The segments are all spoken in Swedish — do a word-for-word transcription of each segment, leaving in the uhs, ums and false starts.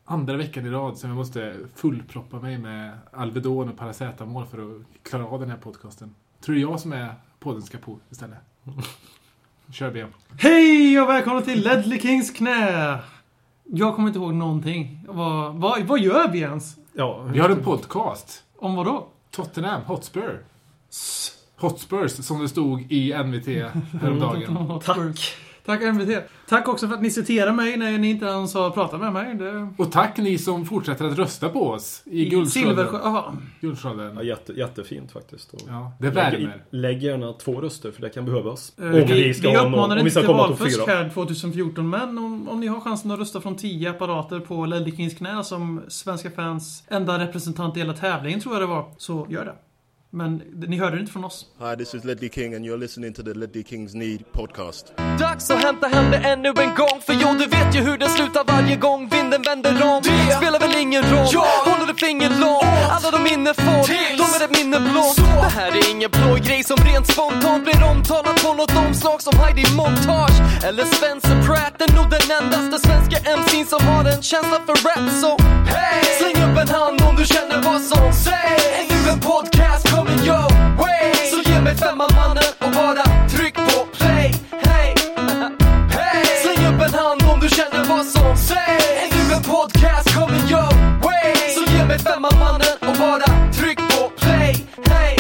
andra veckan i rad som jag måste fullproppa mig med Alvedon och paracetamol för att klara av den här podcasten. Tror du jag som är poddens kapot istället? Kör B M. Hej och välkomna till Ledley Kings knä. Jag kommer inte ihåg någonting. Vad, vad, vad gör vi ens? Ja, vi har en podcast. Om vad då? Tottenham Hotspur. Hotspurs som det stod i N V T häromdagen. Tack. Tack N V T. Tack också för att ni citerar mig när ni inte ens har pratat med mig. Det... Och tack ni som fortsätter att rösta på oss i, I Guldskölden. Ja, jätte, jättefint faktiskt. Och ja, det värmer. Lägg, lägg gärna två röster för det kan behövas. Uh, vi, vi, vi uppmanar inte till valfusk här tjugo fjorton, men om, om ni har chansen att rösta från tio apparater på Ledley Kings knä som svenska fans enda representant i hela tävlingen tror jag det var, så gör det. Men ni hörde det inte från oss. Hi, this is Ledley King and you're listening to the Ledley Kings Need podcast. Dags att hämta hem det ännu en gång. För jo, du vet ju hur det slutar varje gång vinden vänder om. Det spelar väl ingen roll, ja. Håller det finger långt. Alla de minne får, de är ett minne blått. Det här är ingen blå grej som rent spontant blir omtalat på något omslag som Heidi Montage eller Spencer Pratt. Är nog den endaste svenska M C:n som har en känsla för rap. Så hey, släng upp en hand om du känner vad som sägs. Är nu en podcast coming your way. Så ge mig femman mannen och bara tryck på play. Hey, hey, släng upp en hand om du känner vad som sägs. Är nu en podcast coming your way. Så ge mig femman mannen och bara tryck på play. Hey.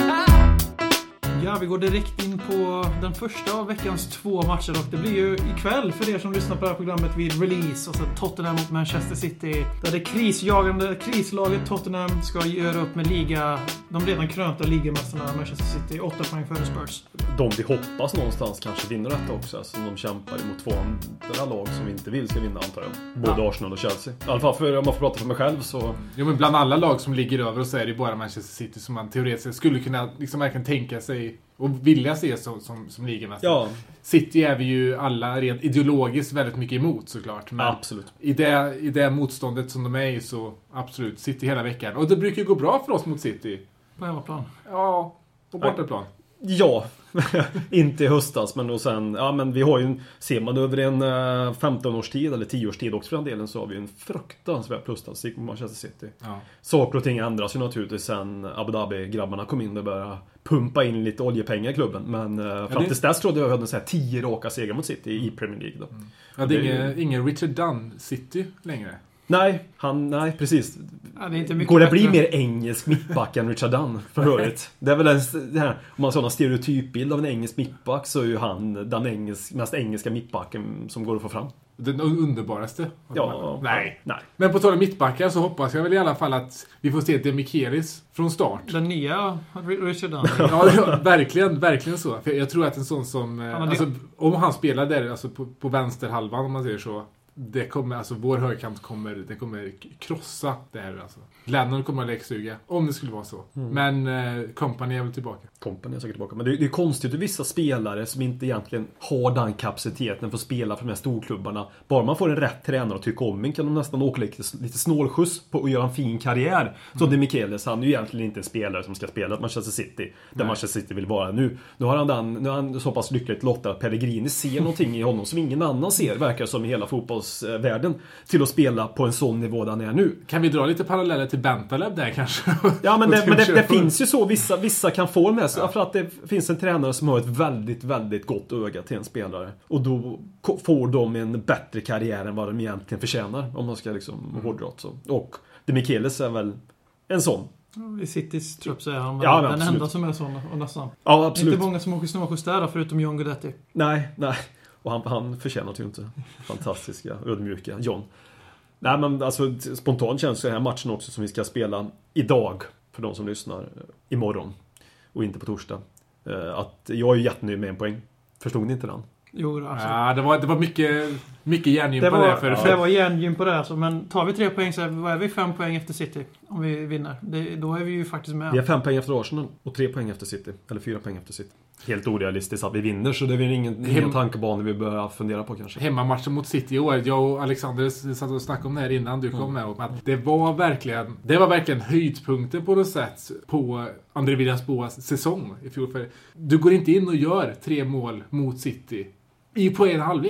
Ja, vi går direkt in på den första av veckans två matcher och det blir ju ikväll för er som lyssnar på det här programmet vid release och så Tottenham mot Manchester City där det krisjagande krislaget Tottenham ska göra upp med liga, de redan krönta ligamästarna Manchester City, åtta poäng före Spurs. De vi hoppas någonstans kanske vinner detta också, så de kämpar mot två andra lag som vi inte vill ska vinna antar jag. Både ja. Arsenal och Chelsea. I alla fall för om man får prata för mig själv så... Jo, men bland alla lag som ligger över så är det bara Manchester City som man teoretiskt skulle kunna liksom verkligen tänka sig och vilja se som, som, som ligamästare. Ja. City är vi ju alla rent ideologiskt väldigt mycket emot såklart. Men absolut. I det, i det motståndet som de är i så absolut City hela veckan. Och det brukar ju gå bra för oss mot City. På hemmaplan. Ja, på bortaplan. Ja, inte i höstas men och sen, ja men vi har ju, ser man över en uh, femton års tid eller tio års tid också för den delen så har vi en fruktansvärd plusstatistik på Manchester City. Ja. Saker och ting ändras ju naturligtvis sen Abu Dhabi-grabbarna kom in och började pumpa in lite oljepengar i klubben. Men uh, ja, fram till dess trodde jag att vi hade så här tio raka segrar mot City i Premier League då. Mm. Ja, det är ingen, ingen Richard Dunn City längre. Nej, han, nej, precis. Ja, det är inte mycket går det bättre. bli mer engelsk mittback än Richard Dunn för övrigt? Det är väl en, det här, om man har en stereotypbild av en engelsk mittback så är ju han den engelsk, mest engelska mittbacken som går att få fram. Den underbaraste. Ja, nej. nej. Men på tal om mittbackar så hoppas jag väl i alla fall att vi får se Demichelis från start. Den nya Richard Dunn. Ja, ja, verkligen, verkligen så. För jag tror att en sån som... Ja, alltså, om han spelar där alltså på, på vänsterhalvan om man säger så... Det kommer, alltså vår högerkant kommer, det kommer krossa det här alltså. Lennon kommer att läcksuga, om det skulle vara så. Mm. Men eh, Company är väl tillbaka. Company är säkert tillbaka. Men det är, det är konstigt att vissa spelare som inte egentligen har den kapaciteten för att spela för de här storklubbarna. Bara man får en rätt tränare att tycka om en kan de nästan åka lite, lite snålskjuts på att göra en fin karriär. Mm. Så det Michelis, han är ju egentligen inte en spelare som ska spela Manchester City. Där Nej. Manchester City vill vara nu. Nu har han, den, nu har han så pass lyckligt lottad att Pellegrini ser någonting i honom som ingen annan ser, verkar som i hela fotbollsvärlden, till att spela på en sån nivå där han är nu. Kan vi dra lite paralleller till Bentaleb där kanske? Ja, men det, men det, det finns ju så. Vissa, vissa kan få med sig. Ja. För att det finns en tränare som har ett väldigt, väldigt gott öga till en spelare. Och då får de en bättre karriär än vad de egentligen förtjänar. Om man ska liksom mm. hårdra så. Och Demichelis är väl en sån. I Citys trupp så är han ja, den absolut. enda som är sån och nästan. Ja, absolut. Inte många som åker snålskjuts där förutom John Guidetti. Nej, nej. Och han, han förtjänar ju inte. Fantastiska, ödmjuka John. Nej, men alltså spontant känns det här matchen också som vi ska spela idag för de som lyssnar imorgon och inte på torsdag. Att jag är ju jättenöjd med en poäng. Förstod ni inte den? Jo, alltså. Ja, det var, det var mycket, mycket järngym på var, det. För, ja. för... Det var järngym på det. Alltså, men tar vi tre poäng så är vi fem poäng efter City. Om vi vinner. Det, då är vi ju faktiskt med. Vi är fem poäng efter Arsenal och tre poäng efter City. Eller fyra poäng efter City. Helt orealistiskt att vi vinner, så det är ingen, ingen tankebanor vi börjar fundera på kanske. Hemmamatchen mot City i år. Jag och Alexander satt och snackade om det här innan du kom mm. med. Att det var verkligen det var verkligen höjdpunkten på något sätt på André Villas-Boas säsong i fjol. För du går inte in och gör tre mål mot City i på en halvlek.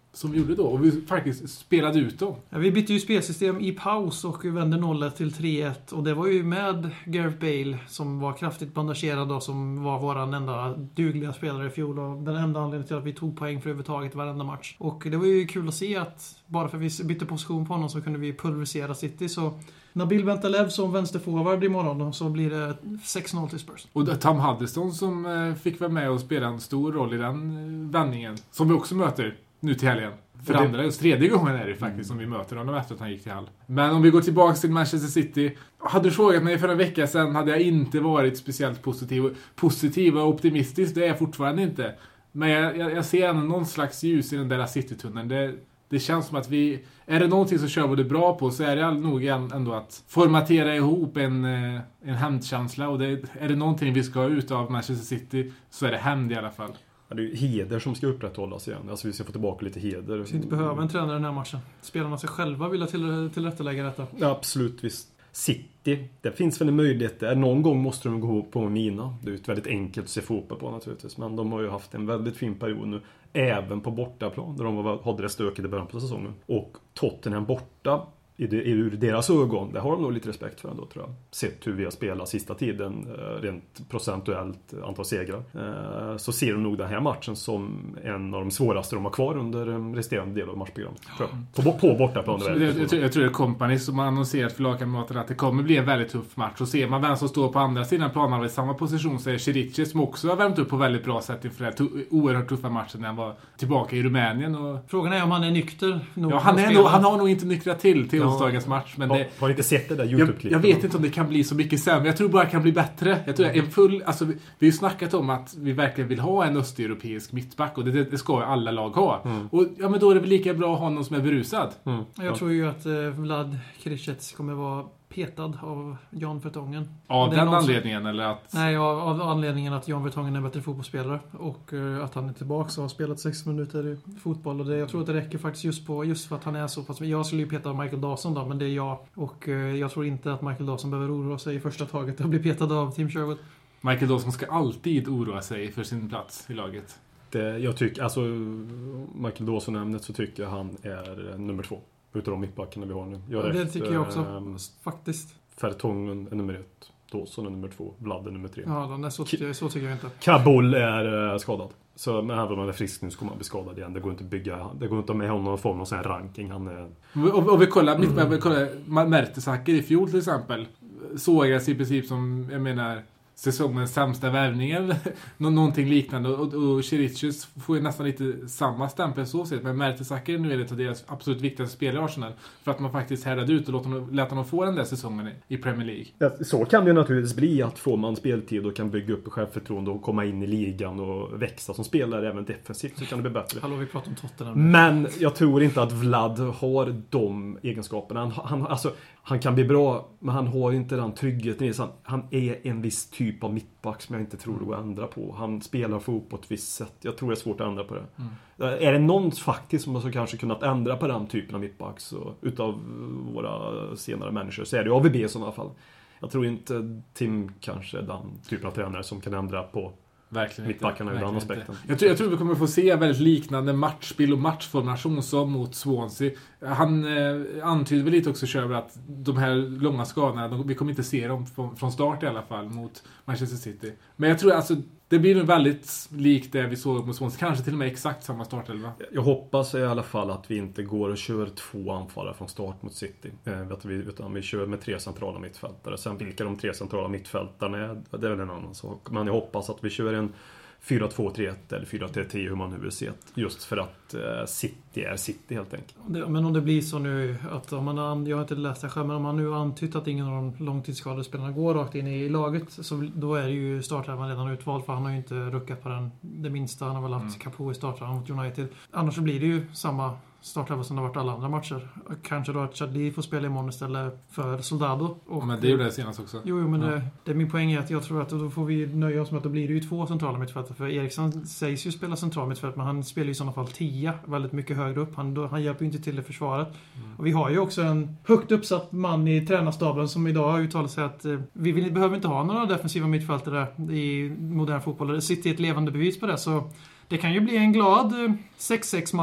som vi gjorde då. Och vi faktiskt spelade ut dem. Ja, vi bytte ju spelsystem i paus och vände noll ett till tre ett. Och det var ju med Gareth Bale som var kraftigt bandagerad och som var våran enda dugliga spelare i fjol. Och den enda anledningen till att vi tog poäng för övertaget varenda match. Och det var ju kul att se att bara för att vi bytte position på honom så kunde vi pulverisera City. Så Nabil Bentaleb som vänsterforward imorgon så blir det sex noll till Spurs. Och Tom Huddleston som fick vara med och spela en stor roll i den vändningen. Som vi också möter nu till helgen. För det andra, tredje gången är det faktiskt mm. som vi möter honom efter att han gick till Hall. Men om vi går tillbaka till Manchester City. Hade du frågat mig för en vecka sedan hade jag inte varit speciellt positiv. Positiv och optimistisk, det är jag fortfarande inte. Men jag, jag, jag ser ändå någon slags ljus i den där City-tunneln. Det, det känns som att vi... Är det någonting som kör det bra på så är det nog ändå att formatera ihop en, en hämndkänsla. Och det, är det någonting vi ska ha ut av Manchester City så är det hämnd i alla fall. Ja, det är ju heder som ska upprätthållas igen. Alltså vi ska få tillbaka lite heder. Vi ska inte behöva en tränare den här matchen. Spelarna sig själva vill till, tillrättalägga detta. Ja, absolut, visst. City, det finns väl en möjlighet där. Någon gång måste de gå på med mina. Det är ju ett väldigt enkelt att se fotboll på naturligtvis. Men de har ju haft en väldigt fin period nu. Även på bortaplan. Där de var, hade det stökigt i början på säsongen. Och Tottenham borta. I det, ur deras ögon, det har de nog lite respekt för ändå, tror jag. Sett hur vi har spelat sista tiden, rent procentuellt antal segrar. Så ser de nog den här matchen som en av de svåraste de har kvar under resterande del av matchprogrammet. På, på bortaplan. Jag, jag, tror, jag tror det är Company som har annonserat för lagkamraterna att det kommer bli en väldigt tuff match. Och ser man vem som står på andra sidan planen i samma position så är Chiriche som också har värmt upp på väldigt bra sätt inför den här oerhört tuffa matchen när han var tillbaka i Rumänien. Och... Frågan är om han är nykter. Ja, han, är nog, han har nog inte nyktrat till till onsdagens match. Men det, har inte sett det där YouTube-klippet? Jag, jag vet inte om det kan bli så mycket sämre. Jag tror bara det kan bli bättre. Jag tror mm. en full, alltså, vi, vi har ju snackat om att vi verkligen vill ha en östeuropeisk mittback. Och det, det ska ju alla lag ha. Mm. Och ja, men då är det väl lika bra att ha någon som är berusad. Mm. Jag ja. tror ju att eh, Vlad Kricets kommer vara petad av Jan Vertonghen. Av den anledningen? Som, eller att... Nej, av, av anledningen att Jan Vertonghen är en bättre fotbollsspelare. Och uh, att han är tillbaka och har spelat sex minuter i fotboll. Och det, jag tror att det räcker faktiskt just, på, just för att han är så pass... Jag skulle ju peta av Michael Dawson då, men det är jag. Och uh, jag tror inte att Michael Dawson behöver oroa sig i första taget att bli petad av Tim Sherwood. Michael Dawson ska alltid oroa sig för sin plats i laget. Det, jag tycker, alltså Michael Dawson-ämnet så tycker jag han är nummer två. Utav de mittbackarna vi har nu. Jag ja, det rätt, tycker jag också, ähm, faktiskt. Vertonghen är nummer ett. Dawson är nummer två. Vlad är nummer tre. Ja, nej, så, K- så tycker jag inte. Kabul är äh, skadad. Så men även om han är frisk nu så kommer han bli skadad igen. Det går inte att bygga, det går inte med honom att få någon sån här ranking. Han är... Och, och vi kollar, mm. mitt, vi kollar Mertesacker i fjol till exempel. Såg jag i princip som, jag menar... säsongens sämsta värvningen Nå- någonting liknande och, och Chiriches får ju nästan lite samma stämpel så sett, men Mertesacker nu är det deras absolut viktigaste spelare i Arsenal för att man faktiskt härdade ut och låt honom, lät honom få den där säsongen i Premier League. Ja, så kan det ju naturligtvis bli att får man speltid och kan bygga upp självförtroende och komma in i ligan och växa som spelare även defensivt så kan det bli bättre. Hallå, vi pratar om Tottenham. Men jag tror inte att Vlad har de egenskaperna. Han, han, alltså, han kan bli bra, men han har inte den tryggheten. Han är en viss typ av mittback som jag inte tror det går att ändra på. Han spelar fotboll på ett visst sätt. Jag tror det är svårt att ändra på det. Mm. Är det någon faktiskt som har kanske kunnat ändra på den typen av mittback så, utav våra senare människor så är det A V B i sådana fall. Jag tror inte Tim kanske är den typen av tränare som kan ändra på verkligen mittbackarna ur den aspekten. Jag tror, jag tror vi kommer få se väldigt liknande matchspel och matchformation som mot Swansea. Han eh, antyder väl lite också Sherwood att de här långa skadorna, de, vi kommer inte se dem från, från start i alla fall mot Manchester City. Men jag tror alltså det blir nog väldigt likt det vi såg mot Swansea, kanske till och med exakt samma startelva. Jag hoppas i alla fall att vi inte går och kör två anfallare från start mot City. Eh, att vi, utan vi kör med tre centrala mittfältare. Sen vilka de tre centrala mittfältarna är, det är väl en annan sak. Men jag hoppas att vi kör en fyra två tre ett eller fyra tre tre hur man nu vill se det. Just för att eh, City är City helt enkelt. Det, men om det blir så nu att om man, jag har inte läst det själv, men om man nu antytt att ingen av de långtidsskadade spelarna går rakt in i laget så då är det ju startelvan redan utvald för han har ju inte ruckat på den det minsta. Han har väl haft mm. Capo i startelvan mot United. Annars så blir det ju samma startelva som det har varit alla andra matcher. Kanske då att Chadli får spela imorgon istället för Soldado. Och, men det är ju det senast också. Jo, jo men ja. det, det är min poäng är att jag tror att då får vi nöja oss med att då blir det ju två centrala mittfältare. För Eriksson sägs ju spela central mittfält men han spelar ju i sådana fall tio väldigt mycket högre upp. Han, då, han hjälper ju inte till i försvaret. Mm. Och vi har ju också en högt uppsatt man i tränarstaben som idag har uttalat sig att eh, vi vill, behöver inte ha några defensiva mittfältare i modern fotboll. Det sitter ett levande bevis på det så det kan ju bli en glad eh, sex sex match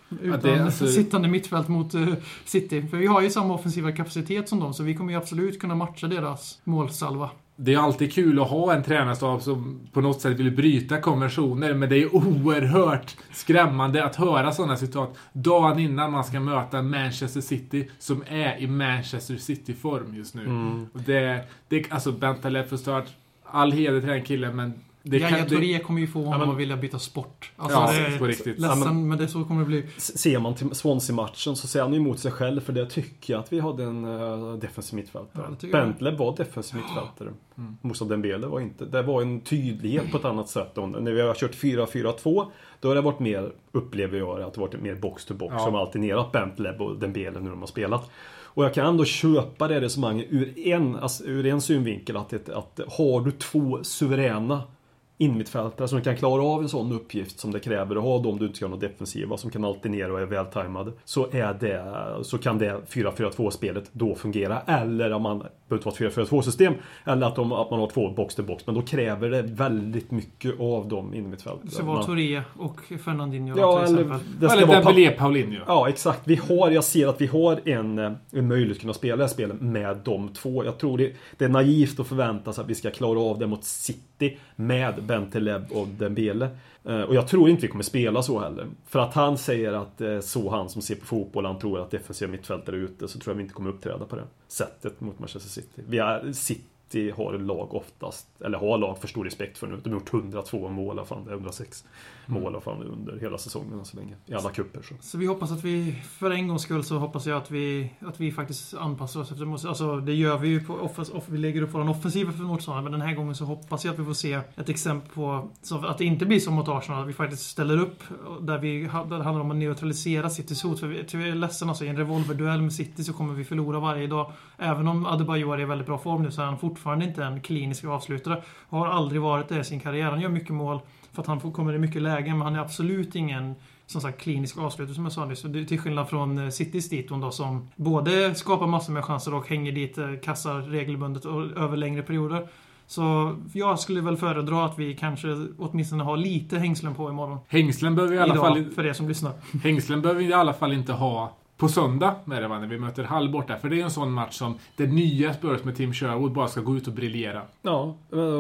Utan Ja, det, alltså... sittande mittfält mot uh, City. För vi har ju samma offensiva kapacitet som dem, så vi kommer ju absolut kunna matcha deras målsalva. Det är alltid kul att ha en tränarstab som på något sätt vill bryta konventioner, men det är oerhört skrämmande att höra sådana citat dagen innan man ska möta Manchester City som är i Manchester City-form just nu. Mm. Och det, det, alltså Bentaleb för start, all heder till den killen, men det ja, kan, jag tror det... det kommer ju få honom ja, men... att vilja byta sport. Alltså, ja, det är på riktigt. Ledsen, ja, men... men det är så kommer det bli. Ser man till Swansea-matchen så ser han emot sig själv, för det tycker jag att vi hade en uh, defensiv mittfältare. Ja, Bentley var defensiv mittfältare. Mm. Moussa Dembele var inte. Det var en tydlighet på ett annat sätt. När vi har kört fyra fyra två, då har det varit mer, upplever jag, att det har varit mer box-to-box, ja. Som alternerat Bentley och Dembele när de har spelat. Och jag kan ändå köpa det resonemanget ur en, alltså, ur en synvinkel att, det, att har du två suveräna inmittfältare som kan klara av en sån uppgift som det kräver att ha dem du inte gör något defensiva som kan alternera och är vältajmade, så är det, så kan det fyra fyra två-spelet då fungera. Eller om man behöver ha ett fyra fyra två-system, eller att, de, att man har två box-to-box, men då kräver det väldigt mycket av dem inmittfältare. Så var Touré och Fernandinho ja, till eller, exempel. Det ska eller vara Dembélé, Paulinho. Ja, exakt. Vi har, jag ser att vi har en, en möjlighet att kunna spela det här spelet med de två. Jag tror det, det är naivt att förvänta sig att vi ska klara av det mot City med Bentaleb och Dembele. Och jag tror inte vi kommer spela så heller. För att han säger att så han som ser på fotboll, han tror att defensiva mittfältare är ute, så tror jag vi inte kommer uppträda på det sättet mot Manchester City. Vi är City har lag oftast, eller har lag för stor respekt för nu. De har gjort hundratvå mål, fan, hundrasex mm. mål fan, under hela säsongen så länge, i alla kupper. Så. så vi hoppas att vi, för en gångs skull så hoppas jag att vi, att vi faktiskt anpassar oss efter, alltså det gör vi ju på offens, off, vi lägger upp vår offensiva för motståndare, men den här gången så hoppas jag att vi får se ett exempel på, så att det inte blir som mot Arsenal, att vi faktiskt ställer upp där, vi, där det handlar om att neutralisera Citys hot, för vi, vi är ledsen, alltså i en revolverduell med City så kommer vi förlora varje dag. Även om Adebayor är i väldigt bra form nu, så är han fortfarande inte en klinisk avslutare. Har aldrig varit det i sin karriär. Han gör mycket mål för att han får, kommer i mycket lägen, men han är absolut ingen som sagt klinisk avslutare som jag sa nyss. Till skillnad från Citys Diton då, som både skapar massor med chanser och hänger dit kassar regelbundet och över längre perioder. Så jag skulle väl föredra att vi kanske åtminstone har lite hängslen på imorgon. Hängslen behöver vi i alla Idag, fall för er som lyssnar. Hängslen behöver vi i alla fall inte ha på söndag med det, va, när vi möter Hull borta. För det är en sån match som det nya Spurs med Tim Sherwood bara ska gå ut och briljera. Ja,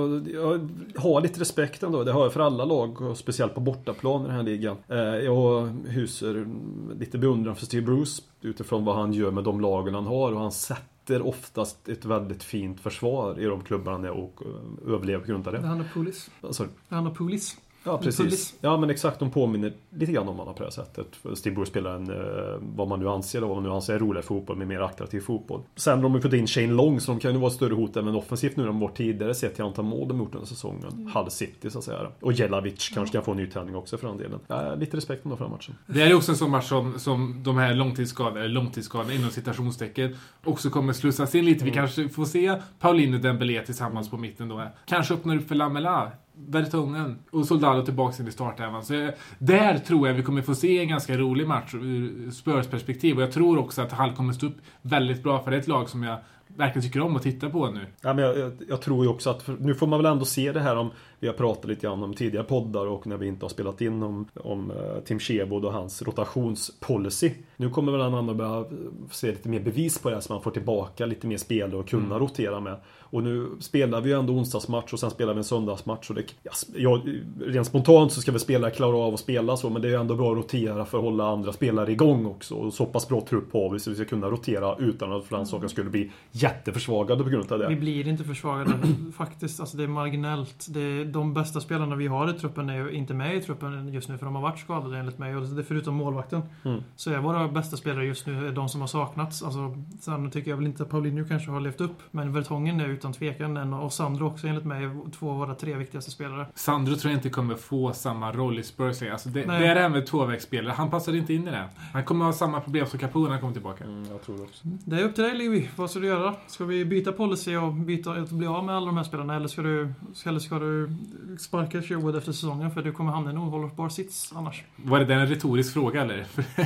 jag har lite respekt ändå. Det har jag för alla lag, och speciellt på bortaplan i den här ligan. Jag hyser lite beundran för Steve Bruce utifrån vad han gör med de lagen han har, och han sätter oftast ett väldigt fint försvar i de klubbarna han är och överlever på grund av det. Det handlar om Pulis. Sorry. Det handlar om Pulis. Ja, precis. Ja, men exakt, de påminner lite grann om honom på det här sättet. Steve Bruce spelar en, eh, vad man nu anser, vad man nu anser är roligare fotboll med mer attraktiv fotboll. Sen har de ju fått in Shane Long, så de kan ju vara ett större hot än offensivt nu än de var tidigare, sett till antal mål de gjort under säsongen. Mm. Hull City så att säga. Och Jelavic kanske kan få en ny tändning också för den delen. Ja, lite respekt ändå för den matchen. Det är också en sån match som, som de här långtidsskadade, långtidsskadade inom citationstecken också kommer slussas in lite. Mm. Vi kanske får se Paulinho och Dembélé tillsammans på mitten då. Kanske öppnar upp för Lamela, Vertongen och Soldado tillbaka in i startävan. Så jag, där tror jag vi kommer få se en ganska rolig match ur Spurs perspektiv. Och jag tror också att Hull kommer stå upp väldigt bra, för det är ett lag som jag verkligen tycker om att titta på nu. Ja, men jag, jag, jag tror ju också att för, nu får man väl ändå se det här om vi har pratat lite grann om tidigare poddar och när vi inte har spelat in om, om uh, Tim Sherwood och hans rotationspolicy. Nu kommer väl han att börja se lite mer bevis på det, så man får tillbaka lite mer spel och kunna mm. rotera med. Och nu spelar vi ju ändå onsdagsmatch och sen spelar vi en söndagsmatch. Och det, ja, jag, rent spontant så ska vi spela klara av att spela så, men det är ju ändå bra att rotera för att hålla andra spelare igång också. Och så pass bra trupp har vi så vi ska kunna rotera utan att landslagen skulle bli jätteförsvagade på grund av det. Vi blir inte försvagade faktiskt. Alltså det är marginellt. Det är, de bästa spelarna vi har i truppen är ju inte med i truppen just nu, för de har varit skadade enligt mig. Och det är förutom målvakten. Mm. Så är våra bästa spelare just nu de som har saknats. Alltså, sen tycker jag väl inte att Paulinho kanske har levt upp. Men Vertongen är utan tvekan den, och Sandro också enligt mig är två av våra tre viktigaste spelare. Sandro tror jag inte kommer få samma roll i Spurs. Alltså det, det är det här med tvåvägsspelare. Han passar inte in i det. Han kommer ha samma problem som Capo när han kommer tillbaka. Mm, jag tror det också. Det är upp till dig, Levi. Vad ska du göra? Ska vi byta policy och byta att bli av med alla de här spelarna, eller ska du, eller ska du sparka Sherwood efter säsongen, för du kommer hamna i en ohållbar sits annars? Var det en retorisk fråga eller?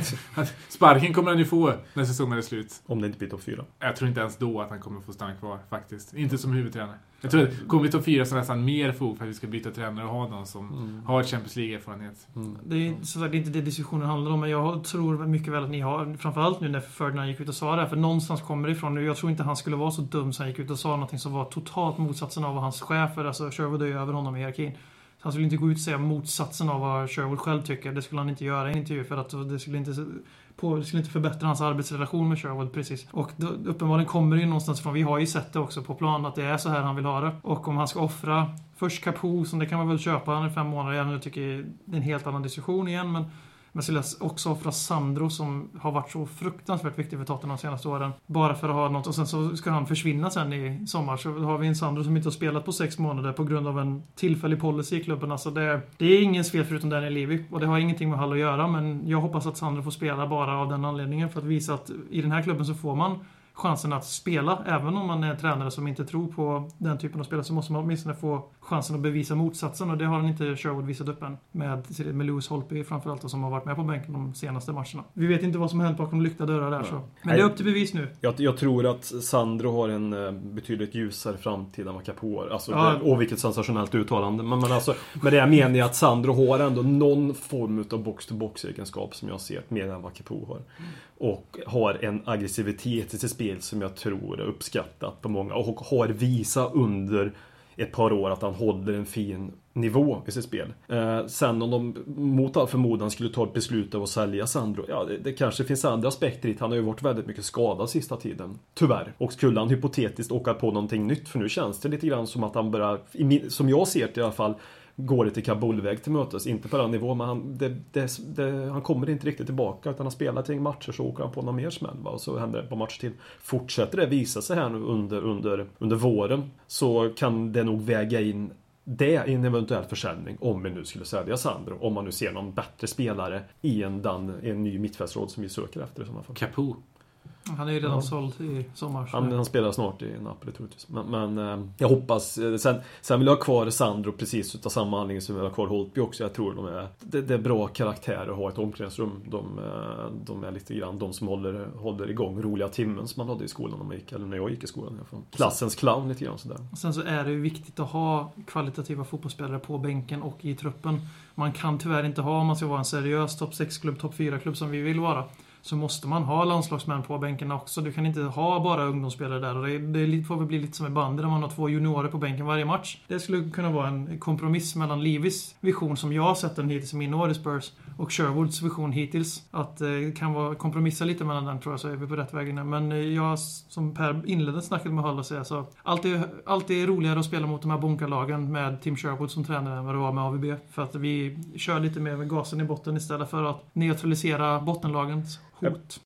Sparken kommer han ju få när säsongen är slut. Om det inte blir topp fyra. Jag tror inte ens då att han kommer få stanna kvar faktiskt. Inte som huvudtränare. Jag tror att kommer vi ta fyra så nästan mer fog för att vi ska byta tränare och ha någon som mm. har Champions League-erfarenhet. Mm. Det, är, så det är inte det diskussionen handlar om, men jag tror mycket väl att ni har, framförallt nu när Ferdinand gick ut och sa det här, för någonstans kommer det ifrån. Jag tror inte han skulle vara så dum så han gick ut och sa någonting som var totalt motsatsen av vad hans chef är. Alltså Sherwood är ju över honom i hierarkin. Han skulle inte gå ut och säga motsatsen av vad Sherwood själv tycker. Det skulle han inte göra i en intervju, för att det skulle inte, på, det skulle inte förbättra hans arbetsrelation med Sherwood precis. Och då, uppenbarligen kommer det ju någonstans från, vi har ju sett det också på plan, att det är så här han vill ha det. Och om han ska offra först Capo, som det kan man väl köpa han i fem månader igen, jag tycker det är en helt annan diskussion igen, men men skulle också offra Sandro som har varit så fruktansvärt viktig för Tottenham de senaste åren. Bara för att ha något. Och sen så ska han försvinna sen i sommar. Så har vi en Sandro som inte har spelat på sex månader på grund av en tillfällig policy i klubben. Alltså det, det är ingen fel förutom Daniel Levy. Och det har ingenting med Hall att göra. Men jag hoppas att Sandro får spela bara av den anledningen. För att visa att i den här klubben så får man chansen att spela. Även om man är tränare som inte tror på den typen av spelare, så måste man åtminstone få chansen att bevisa motsatsen. Och det har han inte Sherwood visat upp än. Med, med Lewis Holtby framförallt, som har varit med på bänken de senaste matcherna. Vi vet inte vad som har hänt bakom lyckta dörrar där. Ja. Så. Men det är upp till bevis nu. Jag, jag tror att Sandro har en uh, betydligt ljusare framtid än vad Capo har. Alltså, ja. det, och vilket sensationellt uttalande. Men, men alltså, med det jag menar jag att Sandro har ändå någon form av box-to-box-egenskap som jag ser mer än vad Capo har. Mm. Och har en aggressivitet i sitt spel som jag tror är uppskattat på många. Och har visat under ett par år att han håller en fin nivå i sitt spel. Eh, sen om de mot all förmodan skulle ta ett beslut av att sälja Sandro, ja det, det kanske finns andra aspekter i. Han har ju varit väldigt mycket skadad sista tiden. Tyvärr. Och skulle han hypotetiskt åka på någonting nytt, för nu känns det lite grann som att han börjar, som jag ser det i alla fall, går det till Kabulväg till mötes. Inte på den nivån, men han, det, det, det, han kommer inte riktigt tillbaka, utan han spelar till matcher så åker han på någon mer smäll, va? Och så händer det på match till. Fortsätter det visa sig här nu under, under, under våren, så kan det nog väga in det i en eventuell försäljning om vi nu skulle sälja Sandro. Om man nu ser någon bättre spelare i en, dan, en ny mittfältsråd som vi söker efter i sådana fall. Capo. Han är ju redan ja. såld i sommar. Han, han spelar snart i Napoli troligtvis. Men, men eh, jag hoppas. Sen, sen vill jag ha kvar Sandro precis utav samma anledning som jag vill ha kvar Holtby också. Jag tror de är, det, det är bra karaktärer att ha ett omklädningsrum. De, de är lite grann de som håller, håller igång roliga timmen som man hade i skolan när man gick, eller när jag gick i skolan. Klassens clown lite grann sådär. Sen så är det ju viktigt att ha kvalitativa fotbollsspelare på bänken och i truppen. Man kan tyvärr inte ha, om man ska vara en seriös topp sex-klubb, topp fyra-klubb som vi vill vara, så måste man ha landslagsmän på bänken också. Du kan inte ha bara ungdomsspelare där. Och det, det får väl bli lite som i bandy där man har två juniorer på bänken varje match. Det skulle kunna vara en kompromiss mellan Levis vision, som jag har sett den hittills i mina år i Spurs, och Sherwoods vision hittills. Att det eh, kan vara kompromissa lite mellan den, tror jag, så är vi på rätt väg inne. Men jag, som Per inledde snacket med Hall och säga, så alltid, alltid är roligare att spela mot de här bunkarlagen med Tim Sherwood som tränare än vad det var med A V B. För att vi kör lite mer med gasen i botten istället för att neutralisera bottenlagens hot.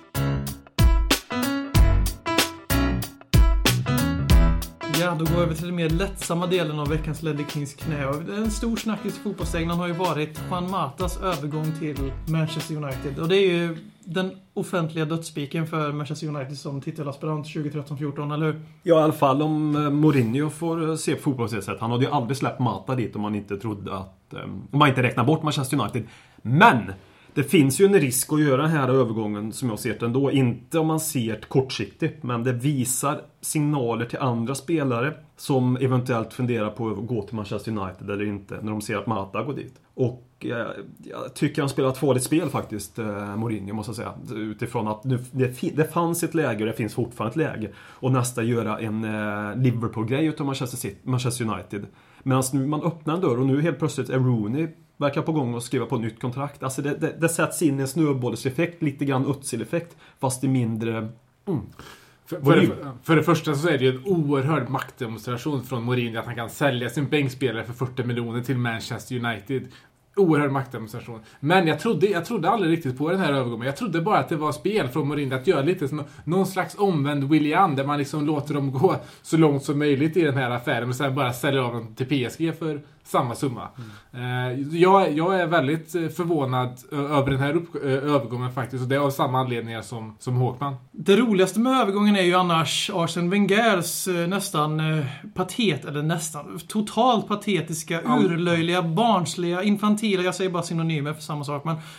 Ja, då går vi över till den mer lättsamma delen av veckans Ledley Kings knä. Och en stor snackis i fotbollstegnan har ju varit Juan Matas övergång till Manchester United. Och det är ju den offentliga dödsspiken för Manchester United som titelaspirant tjugo tretton fjorton, eller hur? Ja, i alla fall om Mourinho får se på fotbollssätt. Han hade ju aldrig släppt Mata dit om man inte trodde att... Om man inte räknar bort Manchester United. Men... det finns ju en risk att göra den här övergången, som jag ser det ändå. Inte om man ser det kortsiktigt, men det visar signaler till andra spelare som eventuellt funderar på att gå till Manchester United eller inte, när de ser att Mata går dit. Och eh, jag tycker han spelar ett farligt spel faktiskt, eh, Mourinho, måste jag säga. Utifrån att nu, det, det fanns ett läge och det finns fortfarande ett läge. Och nästa göra en eh, Liverpool-grej utav Manchester, City, Manchester United. Medan nu man öppnar en dörr och nu helt plötsligt är Rooney verkar på gång att skriva på ett nytt kontrakt. Alltså det, det, det sätts in en snöbollseffekt, lite grann Özil-effekt, fast det är mindre... Mm. För, för, det, för det första så är det ju en oerhörd maktdemonstration från Mourinho att han kan sälja sin bänkspelare för fyrtio miljoner till Manchester United. Oerhörd maktdemonstration. Men jag trodde, jag trodde aldrig riktigt på den här övergången. Jag trodde bara att det var spel från Mourinho att göra lite som någon slags omvänd Willian, där man liksom låter dem gå så långt som möjligt i den här affären och sen bara säljer av dem till P S G för samma summa. Mm. Jag, jag är väldigt förvånad över den här upp, övergången faktiskt, och det är av samma anledningar som, som Håkman. Det roligaste med övergången är ju annars Arsene Wengers nästan patet, eller nästan totalt patetiska, urlöjliga, barnsliga, infantila, jag säger bara synonymer för samma sak, men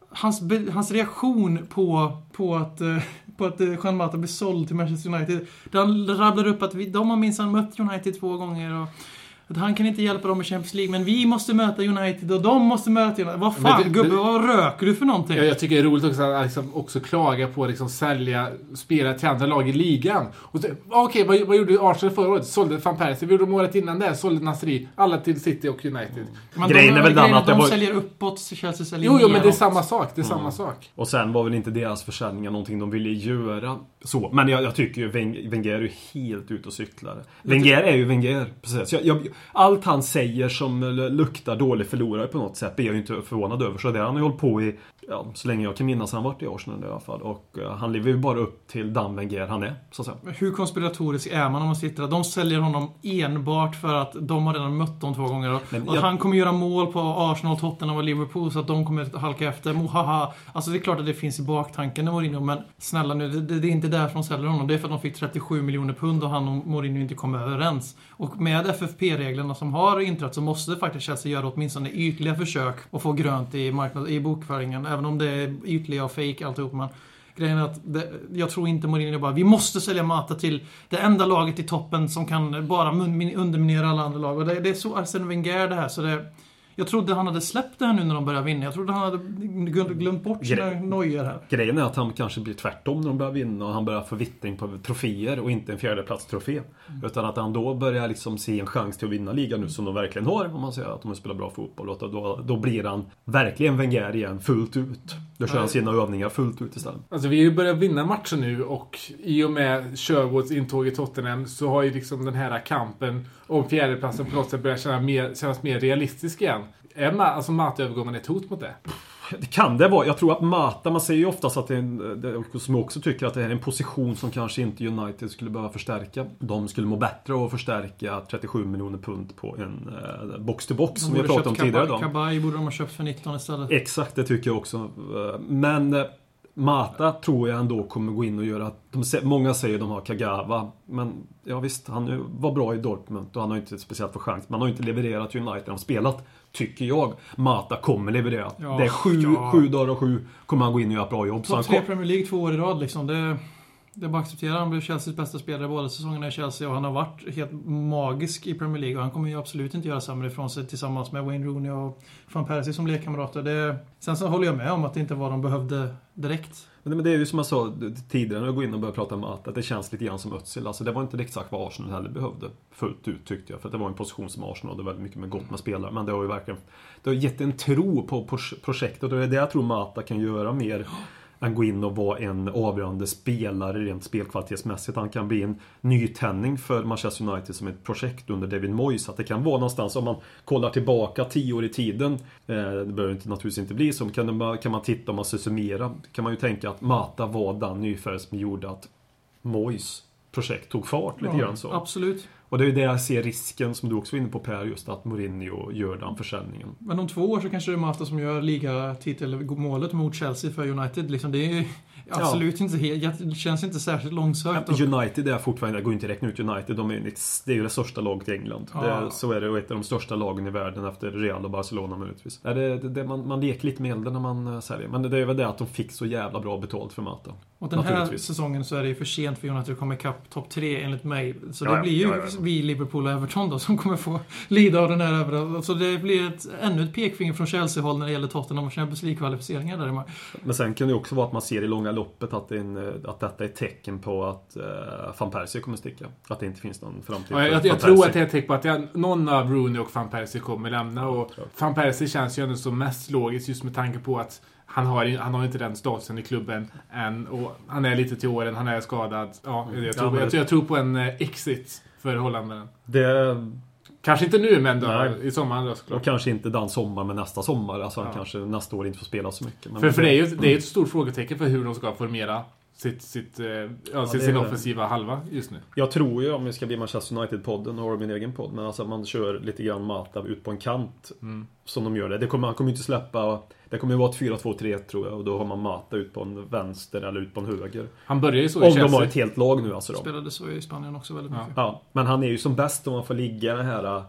hans, be, hans reaktion på, på att, uh, på att uh, Juan Mata blir såld till Manchester United. Han rabblar upp att vi, de har minsann mött United två gånger och att han kan inte hjälpa dem i Champions League, men vi måste möta United och de måste möta United. Vad fan, det, gubbe, det, vad röker du för någonting? Jag, jag tycker det är roligt också att liksom, också klaga på att liksom, sälja spelare till andra lag i ligan. Okej, okay, vad, vad gjorde Arsenal förra året? Sålde Van Persie. Vi gjorde året innan det. Sålde Nasri. Alla till City och United. Men grejen de, är väl den att de var... säljer uppåt, Chelsea säljer Jo, jo men det är neråt. samma sak. Det är mm. samma sak. Och sen var väl inte deras försäljningar någonting de ville göra. Så. Men jag, jag tycker ju Wenger är ju helt ute och cyklar. Wenger är ju Wenger. Precis. Jag, jag, allt han säger som luktar dålig förlorare på något sätt är jag ju inte förvånad över. Så det han har hållit på i, ja, så länge jag kan minnas han varit i Arsenal i alla fall. Och uh, han lever ju bara upp till Dan Wenger han är, så att säga. Hur konspiratorisk är man om man sitter där? De säljer honom enbart för att de har redan mött dem två gånger. Och jag... han kommer göra mål på Arsenal, Tottenham och Liverpool så att de kommer halka efter. Mohaha. Alltså det är klart att det finns i baktanken med Mourinho, men snälla nu, det, det är inte därför de säljer honom. Det är för att de fick trettiosju miljoner pund och han och Mourinho inte kom överens. Och med F F P-reglerna som har inträtt så måste faktiskt Chelsea göra åtminstone ytliga försök att få grönt i, marknad, i bokföringen. Även om det är ytliga och fake alltihop. Men grejen är att det, jag tror inte Mourinho bara, vi måste sälja Mata till det enda laget i toppen som kan bara underminera alla andra lag. Och det, det är så Arsene Wenger det här. Så det, jag trodde han hade släppt det här nu när de började vinna. Jag trodde han hade glömt bort sina Gre- nojor här. Grejen är att han kanske blir tvärtom när de börjar vinna och han börjar få vittring på troféer och inte en fjärdeplatstrofé. Mm. Utan att han då börjar liksom se en chans till att vinna ligan nu som de verkligen har, om man säger att de spelar bra fotboll. Och då, då blir han verkligen Wenger igen fullt ut. Då kör han sina övningar fullt ut istället. Alltså vi har ju börjat vinna matcher nu och i och med Sherwoods intåg i Tottenham så har ju liksom den här kampen om fjärdeplatsen på något sätt börjat kännas mer, kännas mer realistisk igen. Är ma- alltså Mata-övergången ett hot mot det? Det kan det vara. Jag tror att Mata, man säger ju oftast att det är en, det, som jag också tycker att det är en position som kanske inte United skulle behöva förstärka. De skulle må bättre och förstärka trettiosju miljoner pund på en eh, box-to-box som vi har pratat om tidigare idag. Kabay borde de ha köpt för nitton istället. Exakt, det tycker jag också. Men eh, Mata tror jag ändå kommer gå in och göra att de, många säger att de har Kagawa, men ja visst, han var bra i Dortmund och han har inte speciellt för chans. Man har inte levererat United, han har spelat, tycker jag. Mata kommer leverera. Ja, det är sju, ja. sju dagar och sju kommer han gå in och göra ett bra jobb. Topp tre Premier League två år i rad liksom. Det, det är bara att acceptera. Han blev Chelseas bästa spelare båda säsongerna i Chelsea och han har varit helt magisk i Premier League och han kommer ju absolut inte göra sämre ifrån sig tillsammans med Wayne Rooney och Van Persie som lekkamrater. Det, sen så håller jag med om att det inte var de behövde direkt. Men det är ju som jag sa tidigare när jag går in och börjar prata om att det känns lite grann som Özil. Alltså det var inte exakt vad Arsenal heller behövde fullt ut, tyckte jag. För det var en position som Arsenal hade väldigt mycket med gott med spelare. Men det har ju verkligen det har gett en tro på projektet och det är det jag tror Mata kan göra mer än gå in och vara en avgörande spelare rent spelkvalitetsmässigt. Han kan bli en nytändning för Manchester United som ett projekt under David Moyes. Att det kan vara någonstans, om man kollar tillbaka tio år i tiden, eh, det behöver inte, naturligtvis inte bli så, kan, det, kan man titta, om man ska summera, kan man ju tänka att Mata var den nyfärd som gjorde att Moyes projekt tog fart lite ja, grann så. Absolut. Och det är det jag ser risken, som du också var inne på Per, just att Mourinho gör den försäljningen. Men om två år så kanske det är Mata som gör ligatitelmålet mot Chelsea för United. Liksom det är absolut ja. inte helt, det känns inte särskilt långsökt. Ja, United är fortfarande, jag går inte att räkna ut United, de är, det är ju det största laget i England. Ja. Det är, så är det, och ett av de största lagen i världen efter Real och Barcelona möjligtvis. Är det, det, det, man, man leker lite med elden när man uh, säljer. Men det, det är väl det att de fick så jävla bra betalt för Mata. Och den här säsongen så är det ju för sent för United att komma ikapp topp tre enligt mig. Så ja, det blir ju ja, ja, ja. vi Liverpool och Everton då som kommer få lida av den här överallt. Så det blir ett, ännu ett pekfinger från Chelsea-håll när det gäller Tottenham och Champions League-kvalificeringar där. Men sen kan det också vara att man ser i långa loppet att, det är en, att detta är ett tecken på att uh, Van Persie kommer sticka. Att det inte finns någon framtid. Ja, jag jag, jag tror att det är ett tecken på att jag, någon av Rooney och Van Persie kommer lämna. Och Van Persie känns ju ändå som mest logiskt just med tanke på att Han har, han har inte den statusen i klubben än, och han är lite till åren, han är skadad. Ja, jag, tror, ja, jag, jag tror på en exit för Hollandaren. Det... Kanske inte nu, men då, i sommaren då, såklart. Och kanske inte den sommar, men nästa sommar. Alltså ja. han kanske nästa år inte får spela så mycket. Men för, för det är ju det är ett stort frågetecken för hur de ska formera sitt, sitt, ja, ja, sin, sin offensiva halva just nu. Jag tror ju, om vi ska bli Manchester United-podden och har min egen podd, men alltså man kör lite grann Mata ut på en kant mm. som de gör det. det kommer, han kommer inte släppa, det kommer ju vara ett fyra två tre tror jag, och då har man Mata ut på en vänster eller ut på en höger. Han börjar ju så i Om Chelsea. de har ett helt lag nu alltså. Spelade så i Spanien också väldigt mycket. Ja. ja, men han är ju som bäst om man får ligga den här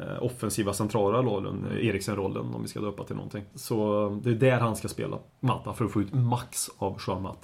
eh, offensiva centrala rollen, eh, Eriksen-rollen om vi ska döpa till någonting. Så det är där han ska spela Mata för att få ut max av Juan Mata.